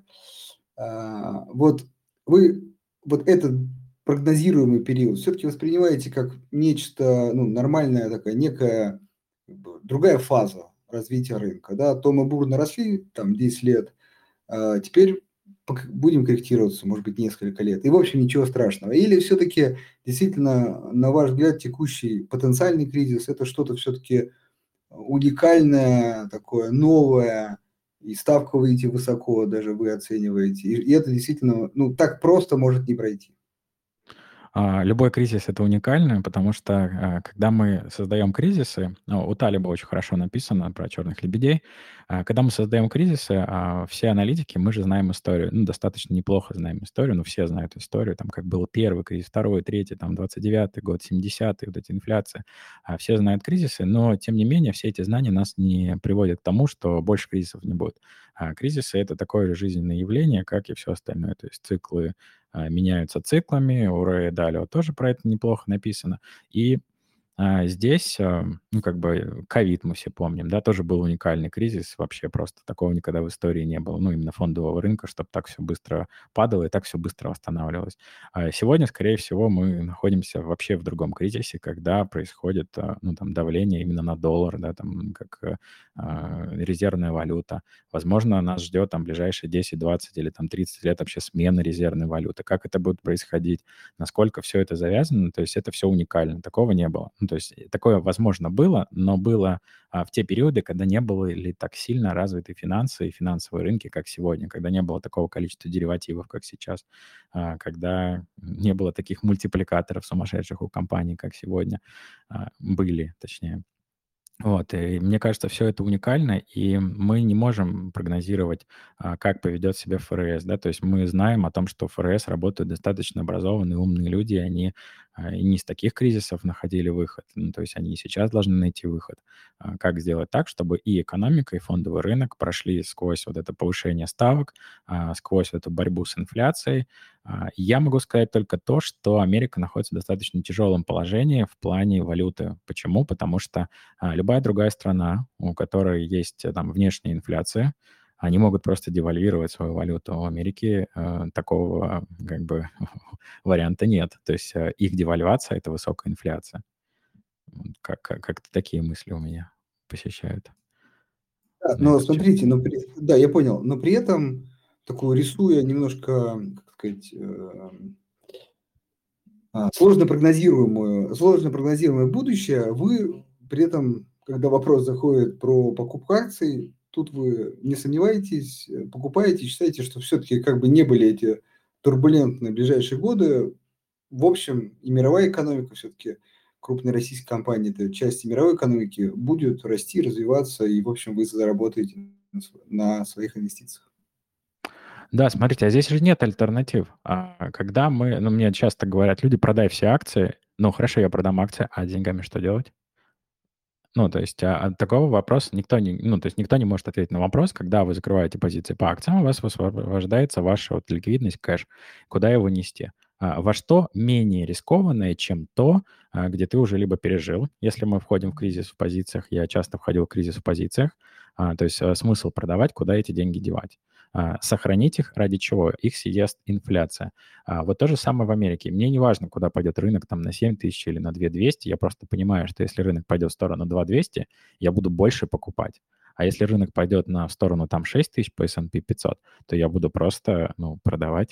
Вот вы вот этот прогнозируемый период все-таки воспринимаете как нечто ну, нормальное, такая некая как бы, другая фаза развития рынка. Да? То мы бурно росли там 10 лет, а теперь будем корректироваться, может быть, несколько лет. И, в общем, ничего страшного. Или все-таки действительно, на ваш взгляд, текущий потенциальный кризис – это что-то все-таки уникальное, такое новое, и ставка выйти высоко, даже вы оцениваете. И это действительно, ну, так просто может не пройти. Любой кризис — это уникально, потому что, когда мы создаем кризисы, ну, у Талиба очень хорошо написано про черных лебедей. Когда мы создаем кризисы, все аналитики, мы же знаем историю, ну, достаточно неплохо знаем историю, ну, все знают историю, там, как был первый кризис, второй, третий, там, 29-й год, 70-й, вот эти инфляции. Все знают кризисы, но, тем не менее, все эти знания нас не приводят к тому, что больше кризисов не будет. Кризисы — это такое же жизненное явление, как и все остальное, то есть циклы меняются циклами. У Рэя Далио тоже про это неплохо написано. И здесь, ну, как бы ковид мы все помним, да, тоже был уникальный кризис, вообще просто такого никогда в истории не было, ну, именно фондового рынка, чтобы так все быстро падало и так все быстро восстанавливалось. Сегодня, скорее всего, мы находимся вообще в другом кризисе, когда происходит, ну, там, давление именно на доллар, да, там, как резервная валюта. Возможно, нас ждет там ближайшие 10, 20 или там 30 лет вообще смена резервной валюты. Как это будет происходить? Насколько все это завязано? То есть это все уникально. Такого не было. Ну, то есть такое, возможно, было, но было в те периоды, когда не были так сильно развиты финансы и финансовые рынки, как сегодня, когда не было такого количества деривативов, как сейчас, когда не было таких мультипликаторов сумасшедших у компаний, как сегодня были, точнее. Вот, и мне кажется, все это уникально, и мы не можем прогнозировать, как поведет себя ФРС, да. То есть мы знаем о том, что в ФРС работают достаточно образованные, умные люди, и они и не из таких кризисов находили выход. Ну, то есть они и сейчас должны найти выход. Как сделать так, чтобы и экономика, и фондовый рынок прошли сквозь вот это повышение ставок, сквозь эту борьбу с инфляцией. Я могу сказать только то, что Америка находится в достаточно тяжелом положении в плане валюты. Почему? Потому что любая другая страна, у которой есть там внешняя инфляция, они могут просто девальвировать свою валюту. У Америки такого как бы варианта нет. То есть их девальвация — это высокая инфляция. Как-то такие мысли у меня посещают Да, на но этот счет. смотрите, да, я понял, но при этом такую рисуя немножко, как сказать, сложно прогнозируемое будущее, вы при этом, когда вопрос заходит про покупку акций, тут вы не сомневаетесь, покупаете, считаете, что все-таки как бы не были эти турбулентные ближайшие годы, в общем, и мировая экономика все-таки, крупные российские компании, это часть мировой экономики, будет расти, развиваться, и, в общем, вы заработаете на своих инвестициях. Да, смотрите, а здесь же нет альтернатив. Когда мы, ну, мне часто говорят люди: продай все акции. Ну, хорошо, я продам акции, а деньгами что делать? Ну, то есть, от такого вопроса никто не, ну, то есть никто не может ответить на вопрос, когда вы закрываете позиции по акциям, у вас высвобождается ваша вот ликвидность, кэш, куда его нести. Во что менее рискованное, чем то, где ты уже либо пережил. Если мы входим в кризис в позициях, я часто входил в кризис в позициях, то есть смысл продавать, куда эти деньги девать. Сохранить их ради чего? Их съест инфляция. Вот то же самое в Америке. Мне не важно, куда пойдет рынок, там на 7 тысяч или на 2200. Я просто понимаю, что если рынок пойдет в сторону 2200, я буду больше покупать. А если рынок пойдет в сторону там 6 тысяч по S&P 500, то я буду просто, ну, продавать.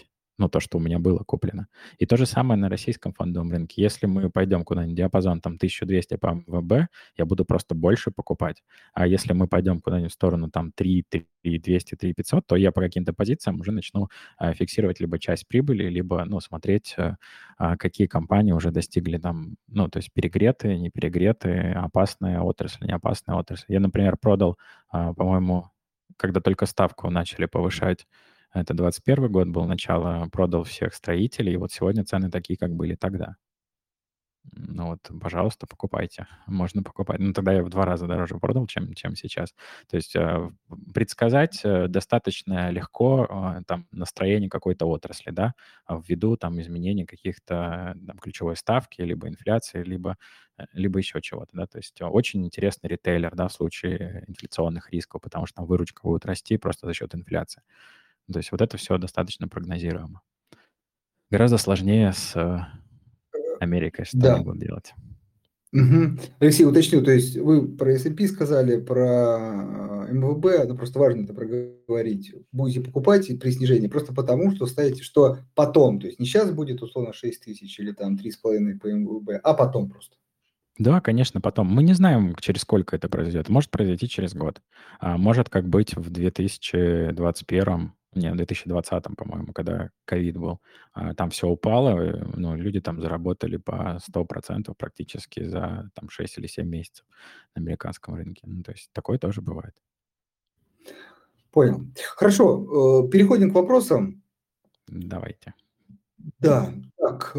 ну, то, что у меня было куплено. И то же самое на российском фондовом рынке. Если мы пойдем куда-нибудь диапазон там 1200 по МВБ, я буду просто больше покупать. А если мы пойдем куда-нибудь в сторону там 3, 200, 3 500, то я по каким-то позициям уже начну фиксировать либо часть прибыли, либо, ну, смотреть, какие компании уже достигли там, ну, то есть перегретые, не перегретые, опасная отрасль, не опасная отрасль. Я, например, продал, по-моему, когда только ставку начали повышать, это 21 год был, начало, продал всех строителей, и вот сегодня цены такие, как были тогда. Ну вот, пожалуйста, покупайте. Можно покупать. Ну, тогда я в 2 раза дороже продал, чем сейчас. То есть предсказать достаточно легко там настроение какой-то отрасли, да, ввиду там изменения каких-то там ключевой ставки, либо инфляции, либо еще чего-то, да. То есть очень интересный ритейлер, да, в случае инфляционных рисков, потому что там выручка будет расти просто за счет инфляции. То есть вот это все достаточно прогнозируемо. Гораздо сложнее с Америкой, что они Да. будут делать. Мгм. Алексей, уточню, то есть вы про S&P сказали, про МВБ, ну просто важно это проговорить. Будете покупать при снижении просто потому, что ставите, что потом, то есть не сейчас будет условно 6 тысяч или там 3,5 по МВБ, а потом просто. Да, конечно, потом. Мы не знаем, через сколько это произойдет. Может произойти через год. А может как быть в 2021, не, в 2020, по-моему, когда ковид был. Там все упало, ну, люди там заработали по 100% практически за там 6 или 7 месяцев на американском рынке. Ну, то есть такое тоже бывает. Понял. Хорошо, переходим к вопросам. Давайте. Да, так,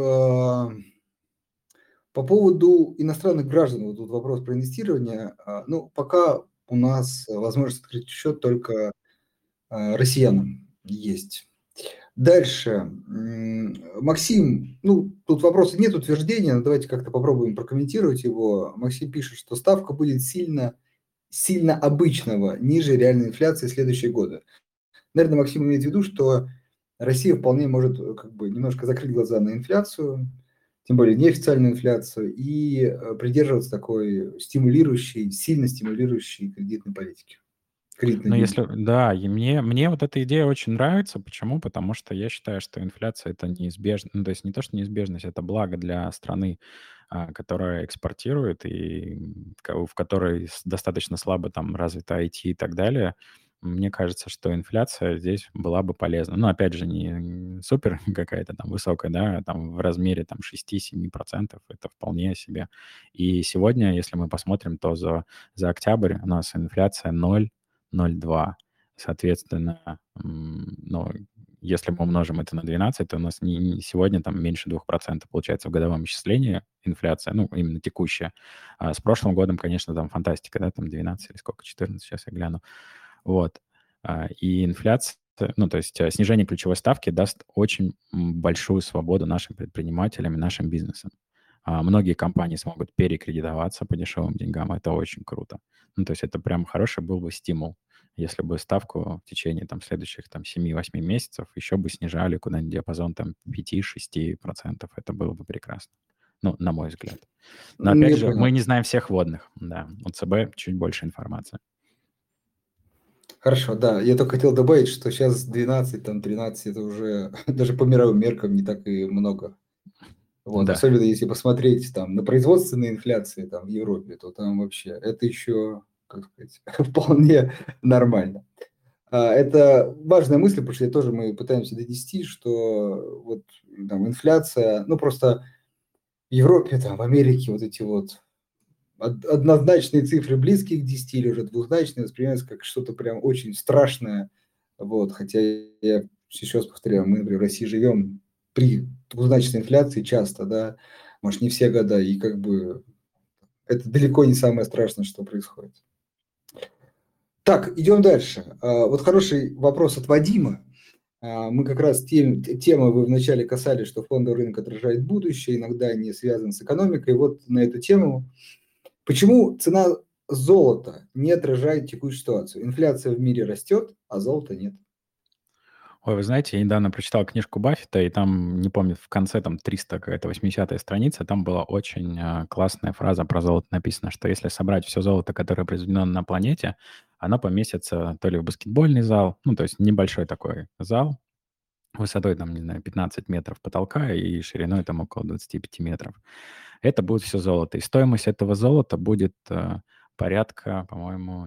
по поводу иностранных граждан, вот тут вопрос про инвестирование. Ну, пока у нас возможность открыть счет только россиянам есть. Дальше. Максим, ну, тут вопроса нет, утверждения, но давайте как-то попробуем прокомментировать его. Максим пишет, что ставка будет сильно, сильно обычного, ниже реальной инфляции в следующие годы. Наверное, Максим имеет в виду, что Россия вполне может как бы немножко закрыть глаза на инфляцию, тем более неофициальную инфляцию, и придерживаться такой стимулирующей, сильно стимулирующей кредитной политики, Но кредитной. если, да, и мне вот эта идея очень нравится. Почему? Потому что я считаю, что инфляция это неизбежно. Ну, то есть не то, что неизбежность, это благо для страны, которая экспортирует и в которой достаточно слабо там развито IT и так далее. Мне кажется, что инфляция здесь была бы полезна. Ну, опять же, не супер какая-то там высокая, да, там в размере там 6-7%. Это вполне себе. И сегодня, если мы посмотрим, то за октябрь у нас инфляция 0,02. Соответственно, ну, если мы умножим это на 12, то у нас сегодня там меньше 2% получается в годовом исчислении инфляция, ну, именно текущая. А с прошлым годом, конечно, там фантастика, да, там 12 или сколько, 14, сейчас я гляну. Вот. И инфляция, ну, то есть снижение ключевой ставки даст очень большую свободу нашим предпринимателям и нашим бизнесам. Многие компании смогут перекредитоваться по дешевым деньгам, это очень круто. Ну, то есть это прям хороший был бы стимул, если бы ставку в течение там следующих там 7-8 месяцев еще бы снижали куда-нибудь диапазон там 5-6%. Это было бы прекрасно. Ну, на мой взгляд. Но опять Не же, понял. мы не знаем всех вводных. Да, у ЦБ чуть больше информации. Хорошо, да. Я только хотел добавить, что сейчас 12, там 13, это уже даже по мировым меркам не так и много. Вот, Да. особенно если посмотреть там на производственные инфляции там в Европе, то там вообще это еще, как сказать, вполне нормально. Это важная мысль, потому что тоже мы пытаемся донести, что вот там инфляция, ну просто в Европе, там, в Америке вот эти вот однозначные цифры близкие к 10 или уже двузначные воспринимаются как что-то прям очень страшное. Вот, хотя я еще раз повторяю, мы, например, в России живем при двузначной инфляции часто, да, может, не все года, и как бы это далеко не самое страшное, что происходит. Так, идем дальше. Вот хороший вопрос от Вадима. Мы как раз темы вы вначале касались, что фондовый рынок отражает будущее, иногда не связан с экономикой. Вот на эту тему. Почему цена золота не отражает текущую ситуацию? Инфляция в мире растет, а золота нет. Ой, вы знаете, я недавно прочитал книжку Баффета, и там, не помню, в конце там 300 какая-то 80-я страница, там была очень классная фраза про золото написано, что если собрать все золото, которое произведено на планете, оно поместится то ли в баскетбольный зал, ну, то есть небольшой такой зал, высотой, там, не знаю, 15 метров потолка и шириной там около 25 метров. Это будет все золото. И стоимость этого золота будет порядка, по-моему,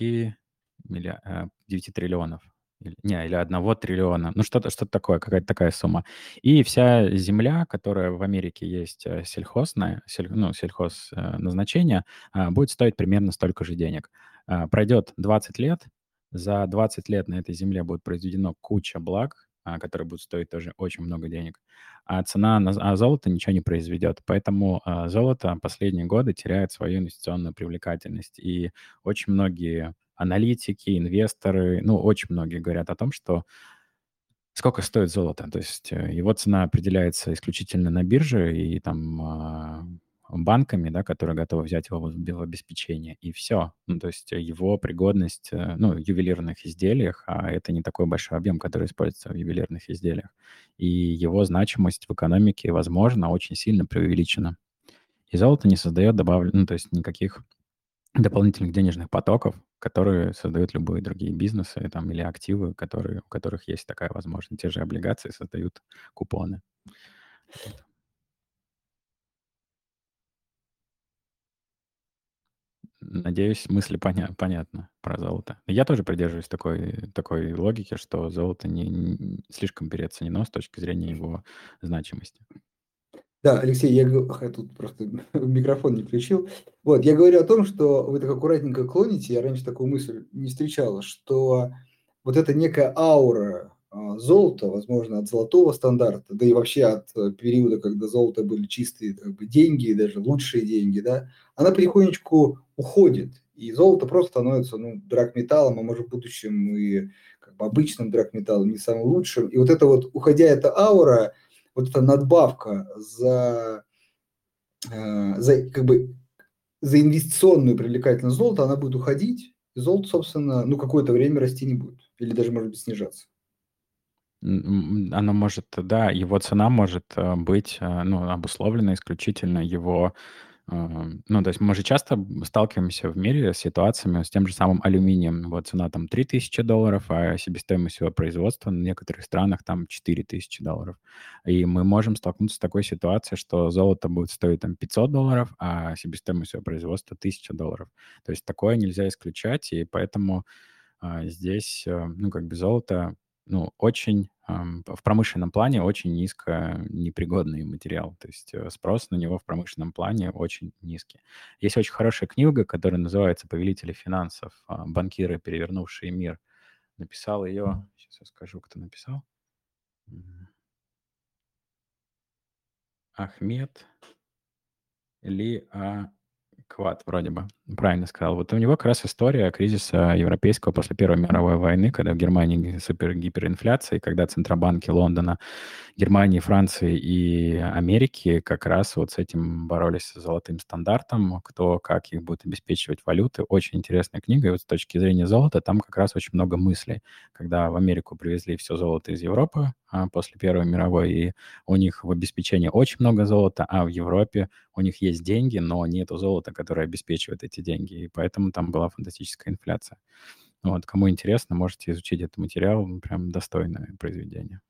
9 триллионов. Или 1 триллиона. Ну, что-то такое, какая-то такая сумма. И вся земля, которая в Америке есть сельхозная, сельхоз назначение, будет стоить примерно столько же денег. Пройдет 20 лет, за 20 лет на этой земле будет произведено куча благ, которые будут стоить тоже очень много денег, а золото ничего не произведет. Поэтому золото последние годы теряет свою инвестиционную привлекательность. И очень многие аналитики, инвесторы, ну, очень многие говорят о том, что сколько стоит золото. То есть его цена определяется исключительно на бирже и там банками, да, которые готовы взять его в обеспечение, и все. Ну, то есть его пригодность, ну, в ювелирных изделиях, а это не такой большой объем, который используется в ювелирных изделиях, и его значимость в экономике, возможно, очень сильно преувеличена. И золото не создает ну, то есть никаких дополнительных денежных потоков, которые создают любые другие бизнесы там, или активы, у которых есть такая возможность. Те же облигации создают купоны. Вот. Надеюсь, мысли понятны про золото. Я тоже придерживаюсь такой логики, что золото слишком переоценено с точки зрения его значимости. Да, Алексей, я тут просто микрофон не включил. Вот, я говорю о том, что вы так аккуратненько клоните, я раньше такую мысль не встречала, что вот эта некая аура золота, возможно, от золотого стандарта, да и вообще от периода, когда золото были чистые как бы, деньги, и даже лучшие деньги, да, она потихонечку уходит, и золото просто становится, ну, драгметаллом, а может в будущем и как бы обычным драгметаллом, не самым лучшим. И вот это вот, уходя эта аура, вот эта надбавка за как бы за инвестиционную привлекательность золота, она будет уходить, и золото, собственно, ну, какое-то время расти не будет или даже, может быть, снижаться. Оно может, да, его цена может быть, ну, обусловлена исключительно его. Ну, то есть мы же часто сталкиваемся в мире с ситуациями с тем же самым алюминием. Вот цена там $3000, а себестоимость его производства в некоторых странах там $4000. И мы можем столкнуться с такой ситуацией, что золото будет стоить там $500, а себестоимость его производства $1000. То есть такое нельзя исключать, и поэтому здесь, ну, как бы золото, ну, очень в промышленном плане очень низко непригодный материал. То есть спрос на него в промышленном плане очень низкий. Есть очень хорошая книга, которая называется «Повелители финансов. Банкиры, перевернувшие мир». Написал ее, сейчас я скажу, кто написал. Ахмед Ли Квад, вроде бы, правильно сказал. Вот у него как раз история кризиса европейского после Первой мировой войны, когда в Германии гиперинфляция, и когда центробанки Лондона, Германии, Франции и Америки как раз вот с этим боролись, с золотым стандартом, кто как их будет обеспечивать валюты. Очень интересная книга, и вот с точки зрения золота там как раз очень много мыслей. Когда в Америку привезли все золото из Европы после Первой мировой, и у них в обеспечении очень много золота, а в Европе у них есть деньги, но нету золота, которое обеспечивает эти деньги, и поэтому там была фантастическая инфляция. Вот, кому интересно, можете изучить этот материал, прям достойное произведение.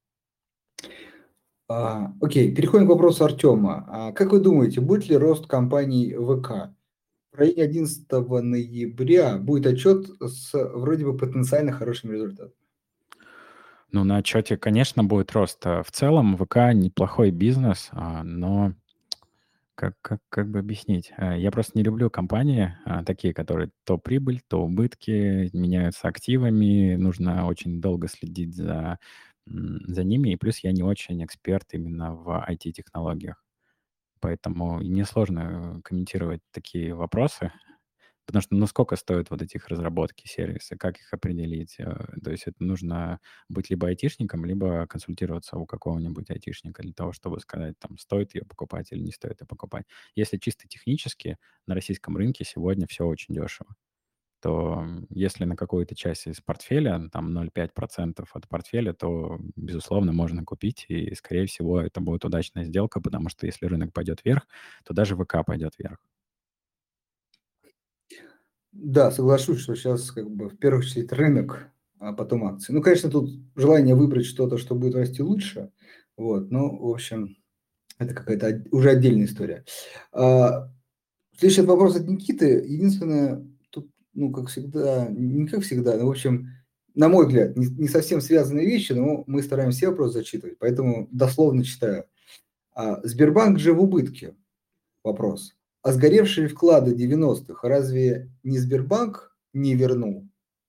Окей, переходим к вопросу Артема. Как вы думаете, будет ли рост компании ВК? В районе 11 ноября будет отчет с вроде бы потенциально хорошим результатом. Ну, на отчете, конечно, будет рост. В целом ВК неплохой бизнес, но как бы объяснить? Я просто не люблю компании такие, которые то прибыль, то убытки, меняются активами, нужно очень долго следить за ними, и плюс я не очень эксперт именно в IT-технологиях. Поэтому и мне сложно комментировать такие вопросы. Потому что, ну, сколько стоят вот этих разработки, сервисы, как их определить? То есть это нужно быть либо айтишником, либо консультироваться у какого-нибудь айтишника для того, чтобы сказать, там, стоит ее покупать или не стоит ее покупать. Если чисто технически, на российском рынке сегодня все очень дешево, то если на какую-то часть из портфеля, там 0,5% от портфеля, то, безусловно, можно купить, и, скорее всего, это будет удачная сделка, потому что если рынок пойдет вверх, то даже ВК пойдет вверх. Да, соглашусь, что сейчас как бы в первую очередь рынок а потом акции. Ну, конечно, тут желание выбрать что-то, что будет расти лучше. Вот, ну, в общем, это какая-то уже отдельная история. Следующий вопрос от Никиты. Единственное, тут, ну, как всегда, не как всегда, но, в общем, на мой взгляд, не совсем связанные вещи, но мы стараемся все вопросы зачитывать, поэтому дословно читаю. Сбербанк же в убытке. Вопрос. А сгоревшие вклады 90-х разве не Сбербанк не вернул?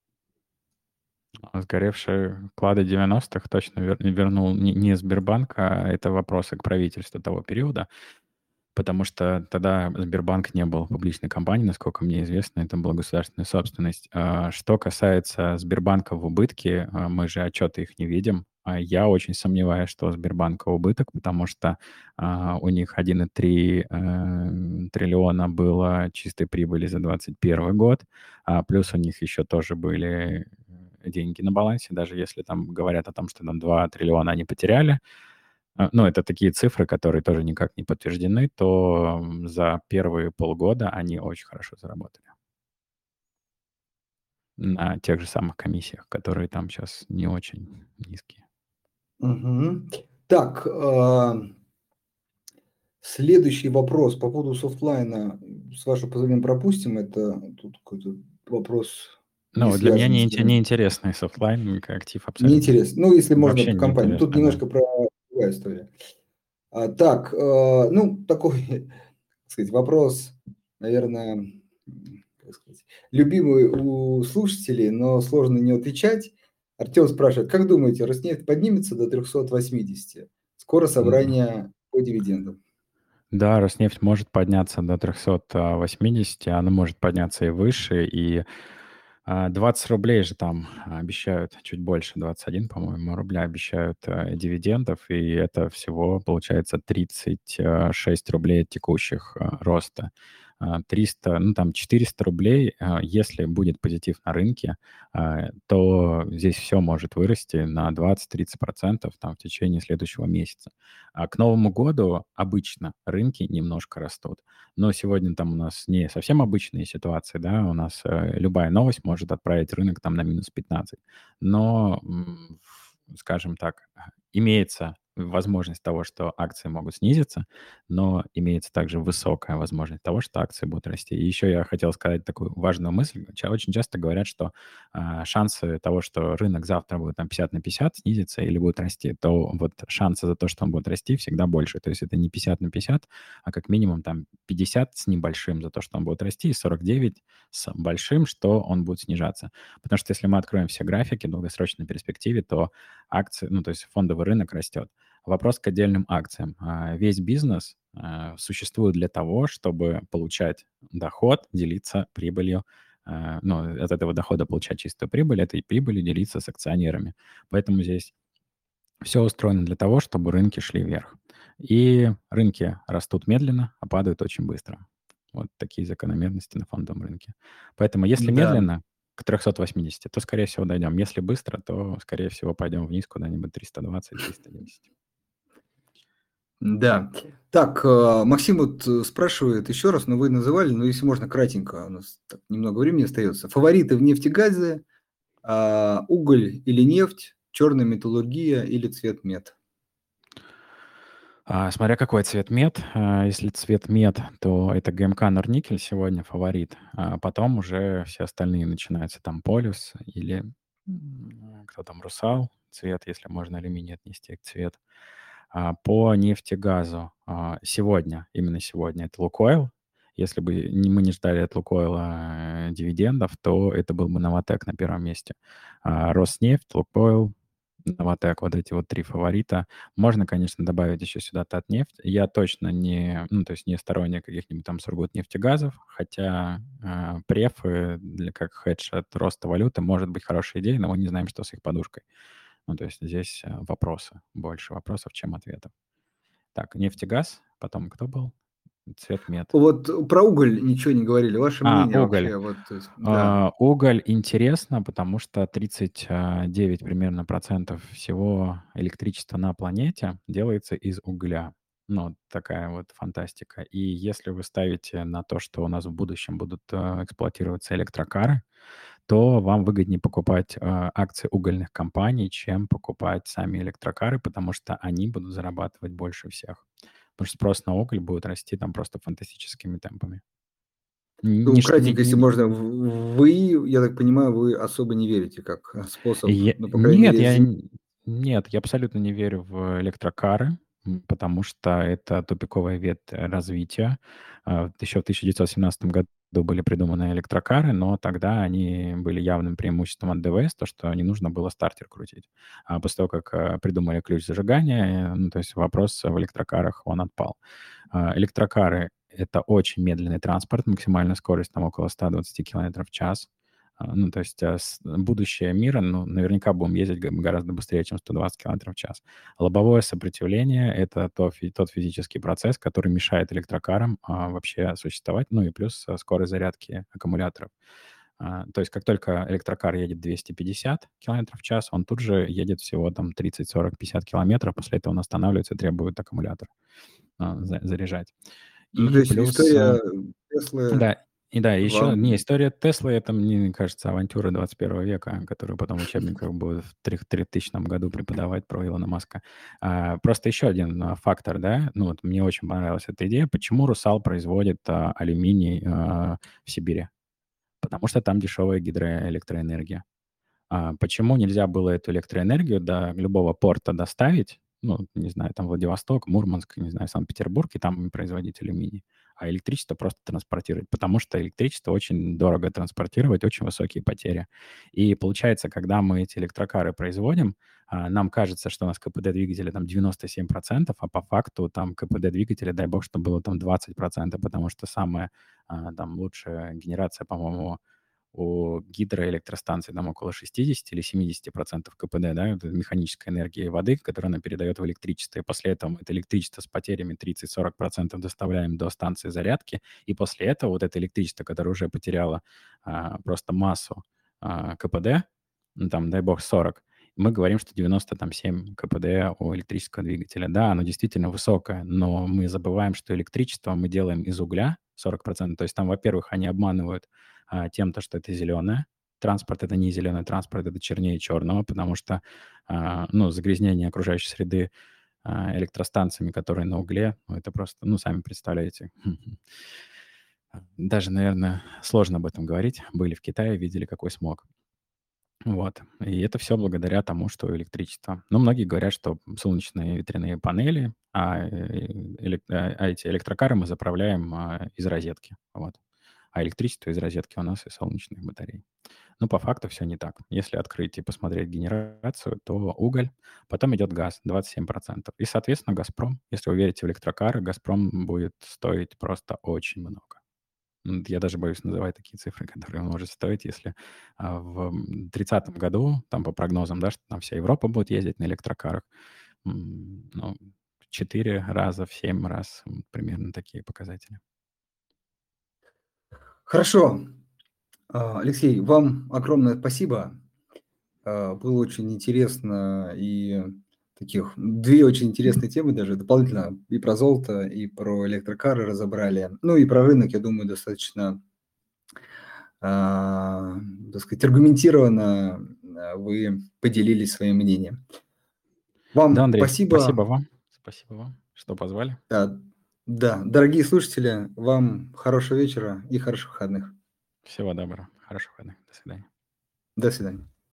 Сгоревшие вклады 90-х точно вернул не Сбербанк, а это вопросы к правительству того периода, потому что тогда Сбербанк не был публичной компанией, насколько мне известно, это была государственная собственность. Что касается Сбербанка в убытке, мы же отчеты их не видим. Я очень сомневаюсь, что у Сбербанка убыток, потому что у них 1,3 триллиона было чистой прибыли за 2021 год, плюс у них еще тоже были деньги на балансе, даже если там говорят о том, что там 2 триллиона они потеряли, ну, это такие цифры, которые тоже никак не подтверждены, то за первые полгода они очень хорошо заработали на тех же самых комиссиях, которые там сейчас не очень низкие. Мгм. Так, следующий вопрос по поводу софтлайна. С вашего позволения пропустим. Это тут какой-то вопрос не Ну, для меня связанный с тем. неинтересный софтлайн как актив абсолютно. Неинтересно. Ну, если можно Вообще по компании. Тут неинтересно, да. немножко про другая история. Так, ну, такой, так сказать, вопрос, наверное, как сказать, любимый у слушателей, но сложно не отвечать. Артем спрашивает, как думаете, Роснефть поднимется до 380? Скоро М, собрание по дивидендам. Да, Роснефть может подняться до 380, она может подняться и выше, и 20 рублей же там обещают, чуть больше, 21, по-моему, рубля обещают дивидендов, и это всего получается 36 рублей от текущих роста. 300, ну там 400 рублей, если будет позитив на рынке, то здесь все может вырасти на 20-30% там в течение следующего месяца. А к Новому году обычно рынки немножко растут. Но сегодня там у нас не совсем обычные ситуации, да, у нас любая новость может отправить рынок там на минус 15. Но, скажем так, имеется возможность того, что акции могут снизиться, но имеется также высокая возможность того, что акции будут расти. И еще я хотел сказать такую важную мысль. Очень часто говорят, что шансы того, что рынок завтра будет там 50 на 50 снизится или будет расти, то вот шансы за то, что он будет расти, всегда больше. То есть это не 50 на 50, а как минимум там 50 с небольшим за то, что он будет расти, и 49 с большим, что он будет снижаться. Потому что если мы откроем все графики в долгосрочной перспективе, то акции, ну, то есть фондовый рынок растет. Вопрос к отдельным акциям. Весь бизнес существует для того, чтобы получать доход, делиться прибылью, ну, от этого дохода получать чистую прибыль, этой прибылью делиться с акционерами. Поэтому здесь все устроено для того, чтобы рынки шли вверх. И рынки растут медленно, а падают очень быстро. Вот такие закономерности на фондовом рынке. Поэтому если Да, медленно, к 380, то, скорее всего, дойдем. Если быстро, то, скорее всего, пойдем вниз куда-нибудь 320-310. да. Так, Максим вот спрашивает еще раз, но вы называли, но если можно кратенько, у нас так немного времени остается. Фавориты в нефтегазе, уголь или нефть, черная металлургия или цвет мед? Смотря какой цвет мед. Если цвет мед, то это ГМК Норникель сегодня фаворит. А потом уже все остальные начинаются. Там Полюс или кто там, Русал цвет, если можно алюминий отнести к цвет. По нефтегазу сегодня, именно сегодня, это Лукойл. Если бы мы не ждали от Лукойла дивидендов, то это был бы Новатэк на первом месте. Роснефть, Лукойл, Новатэк, вот эти вот три фаворита. Можно, конечно, добавить еще сюда Татнефть. Я точно не, ну, то есть не сторонник каких-нибудь там Сургутнефтегазов, хотя префы как хедж от роста валюты может быть хорошей идеей, но мы не знаем, что с их подушкой. Ну, то есть здесь вопросы, больше вопросов, чем ответов. Так, нефть и газ, потом кто был? Цвет мед. Вот про уголь ничего не говорили. Ваше мнение Уголь. вообще, вот, то есть, да. Уголь интересно, потому что 39 примерно процентов всего электричества на планете делается из угля. Ну, вот такая вот фантастика. И если вы ставите на то, что у нас в будущем будут эксплуатироваться электрокары, то вам выгоднее покупать акции угольных компаний, чем покупать сами электрокары, потому что они будут зарабатывать больше всех. Потому что спрос на уголь будет расти там просто фантастическими темпами. Ну, Ниш- не- кратенько, если не- можно, вы, я так понимаю, вы особо не верите как способ, ну, по крайней Нет, мере, нет, я абсолютно не верю в электрокары, потому что это тупиковая ветвь развития. Еще в 1917 году были придуманы электрокары, но тогда они были явным преимуществом от ДВС, то, что не нужно было стартер крутить. А после того, как придумали ключ зажигания, ну, то есть вопрос в электрокарах, он отпал. Электрокары — это очень медленный транспорт, максимальная скорость там около 120 километров в час. Ну, то есть будущее мира, ну, наверняка будем ездить гораздо быстрее, чем 120 километров в час. Лобовое сопротивление — это тот физический процесс, который мешает электрокарам вообще существовать, ну и плюс скорость зарядки аккумуляторов. То есть как только электрокар едет 250 километров в час, он тут же едет всего там 30, 40, 50 километров, после этого он останавливается и требует аккумулятор заряжать. ну, то И есть плюс, история Теслы да, и да, еще не вам. история Теслы, это, мне кажется, авантюра 21 века, которую потом в учебниках будут в 3000 году преподавать про Илона Маска. Просто еще один фактор, да, ну вот мне очень понравилась эта идея, почему «Русал» производит алюминий в Сибири? Потому что там дешевая гидроэлектроэнергия. Почему нельзя было эту электроэнергию до любого порта доставить? Ну, не знаю, там Владивосток, Мурманск, не знаю, Санкт-Петербург, и там производить алюминий. А электричество просто транспортировать, потому что электричество очень дорого транспортировать, очень высокие потери. И получается, когда мы эти электрокары производим, нам кажется, что у нас КПД двигателя там 97%, а по факту там КПД двигателя, дай бог, чтобы было там 20%, потому что самая там лучшая генерация, по-моему, у гидроэлектростанций там около 60 или 70% КПД, да, это механической энергии воды, которую она передает в электричество. И после этого мы это электричество с потерями 30-40% доставляем до станции зарядки. И после этого вот это электричество, которое уже потеряло просто массу КПД, ну, там, дай бог, 40, мы говорим, что 97 КПД у электрического двигателя. Да, оно действительно высокое, но мы забываем, что электричество мы делаем из угля 40%. То есть там, во-первых, они обманывают тем, то, что это зеленое. Транспорт — это не зеленый транспорт, это чернее черного, потому что, ну, загрязнение окружающей среды электростанциями, которые на угле, ну, это просто, ну, сами представляете. Даже, наверное, сложно об этом говорить. Были в Китае, видели, какой смог. Вот. И это все благодаря тому, что электричество. Но многие говорят, что солнечные ветряные панели, эти электрокары мы заправляем из розетки. Вот. А электричество из розетки у нас из солнечных батарей. Но по факту все не так. Если открыть и посмотреть генерацию, то уголь, потом идет газ 27%. И, соответственно, «Газпром». Если вы верите в электрокары, «Газпром» будет стоить просто очень много. Я даже боюсь называть такие цифры, которые он может стоить, если в 30-м году, там по прогнозам, да, что там вся Европа будет ездить на электрокарах, ну, в 4 раза, в 7 раз, примерно такие показатели. Хорошо. Алексей, вам огромное спасибо. Было очень интересно, и таких 2 очень интересные темы даже дополнительно и про золото, и про электрокары разобрали. Ну и про рынок, я думаю, достаточно, так сказать, аргументированно, вы поделились своим мнением. Да, Вам Андрей, спасибо. спасибо вам, что позвали. Да, да, дорогие слушатели, вам хорошего вечера и хороших выходных. Всего доброго, хороших выходных, до свидания. До свидания.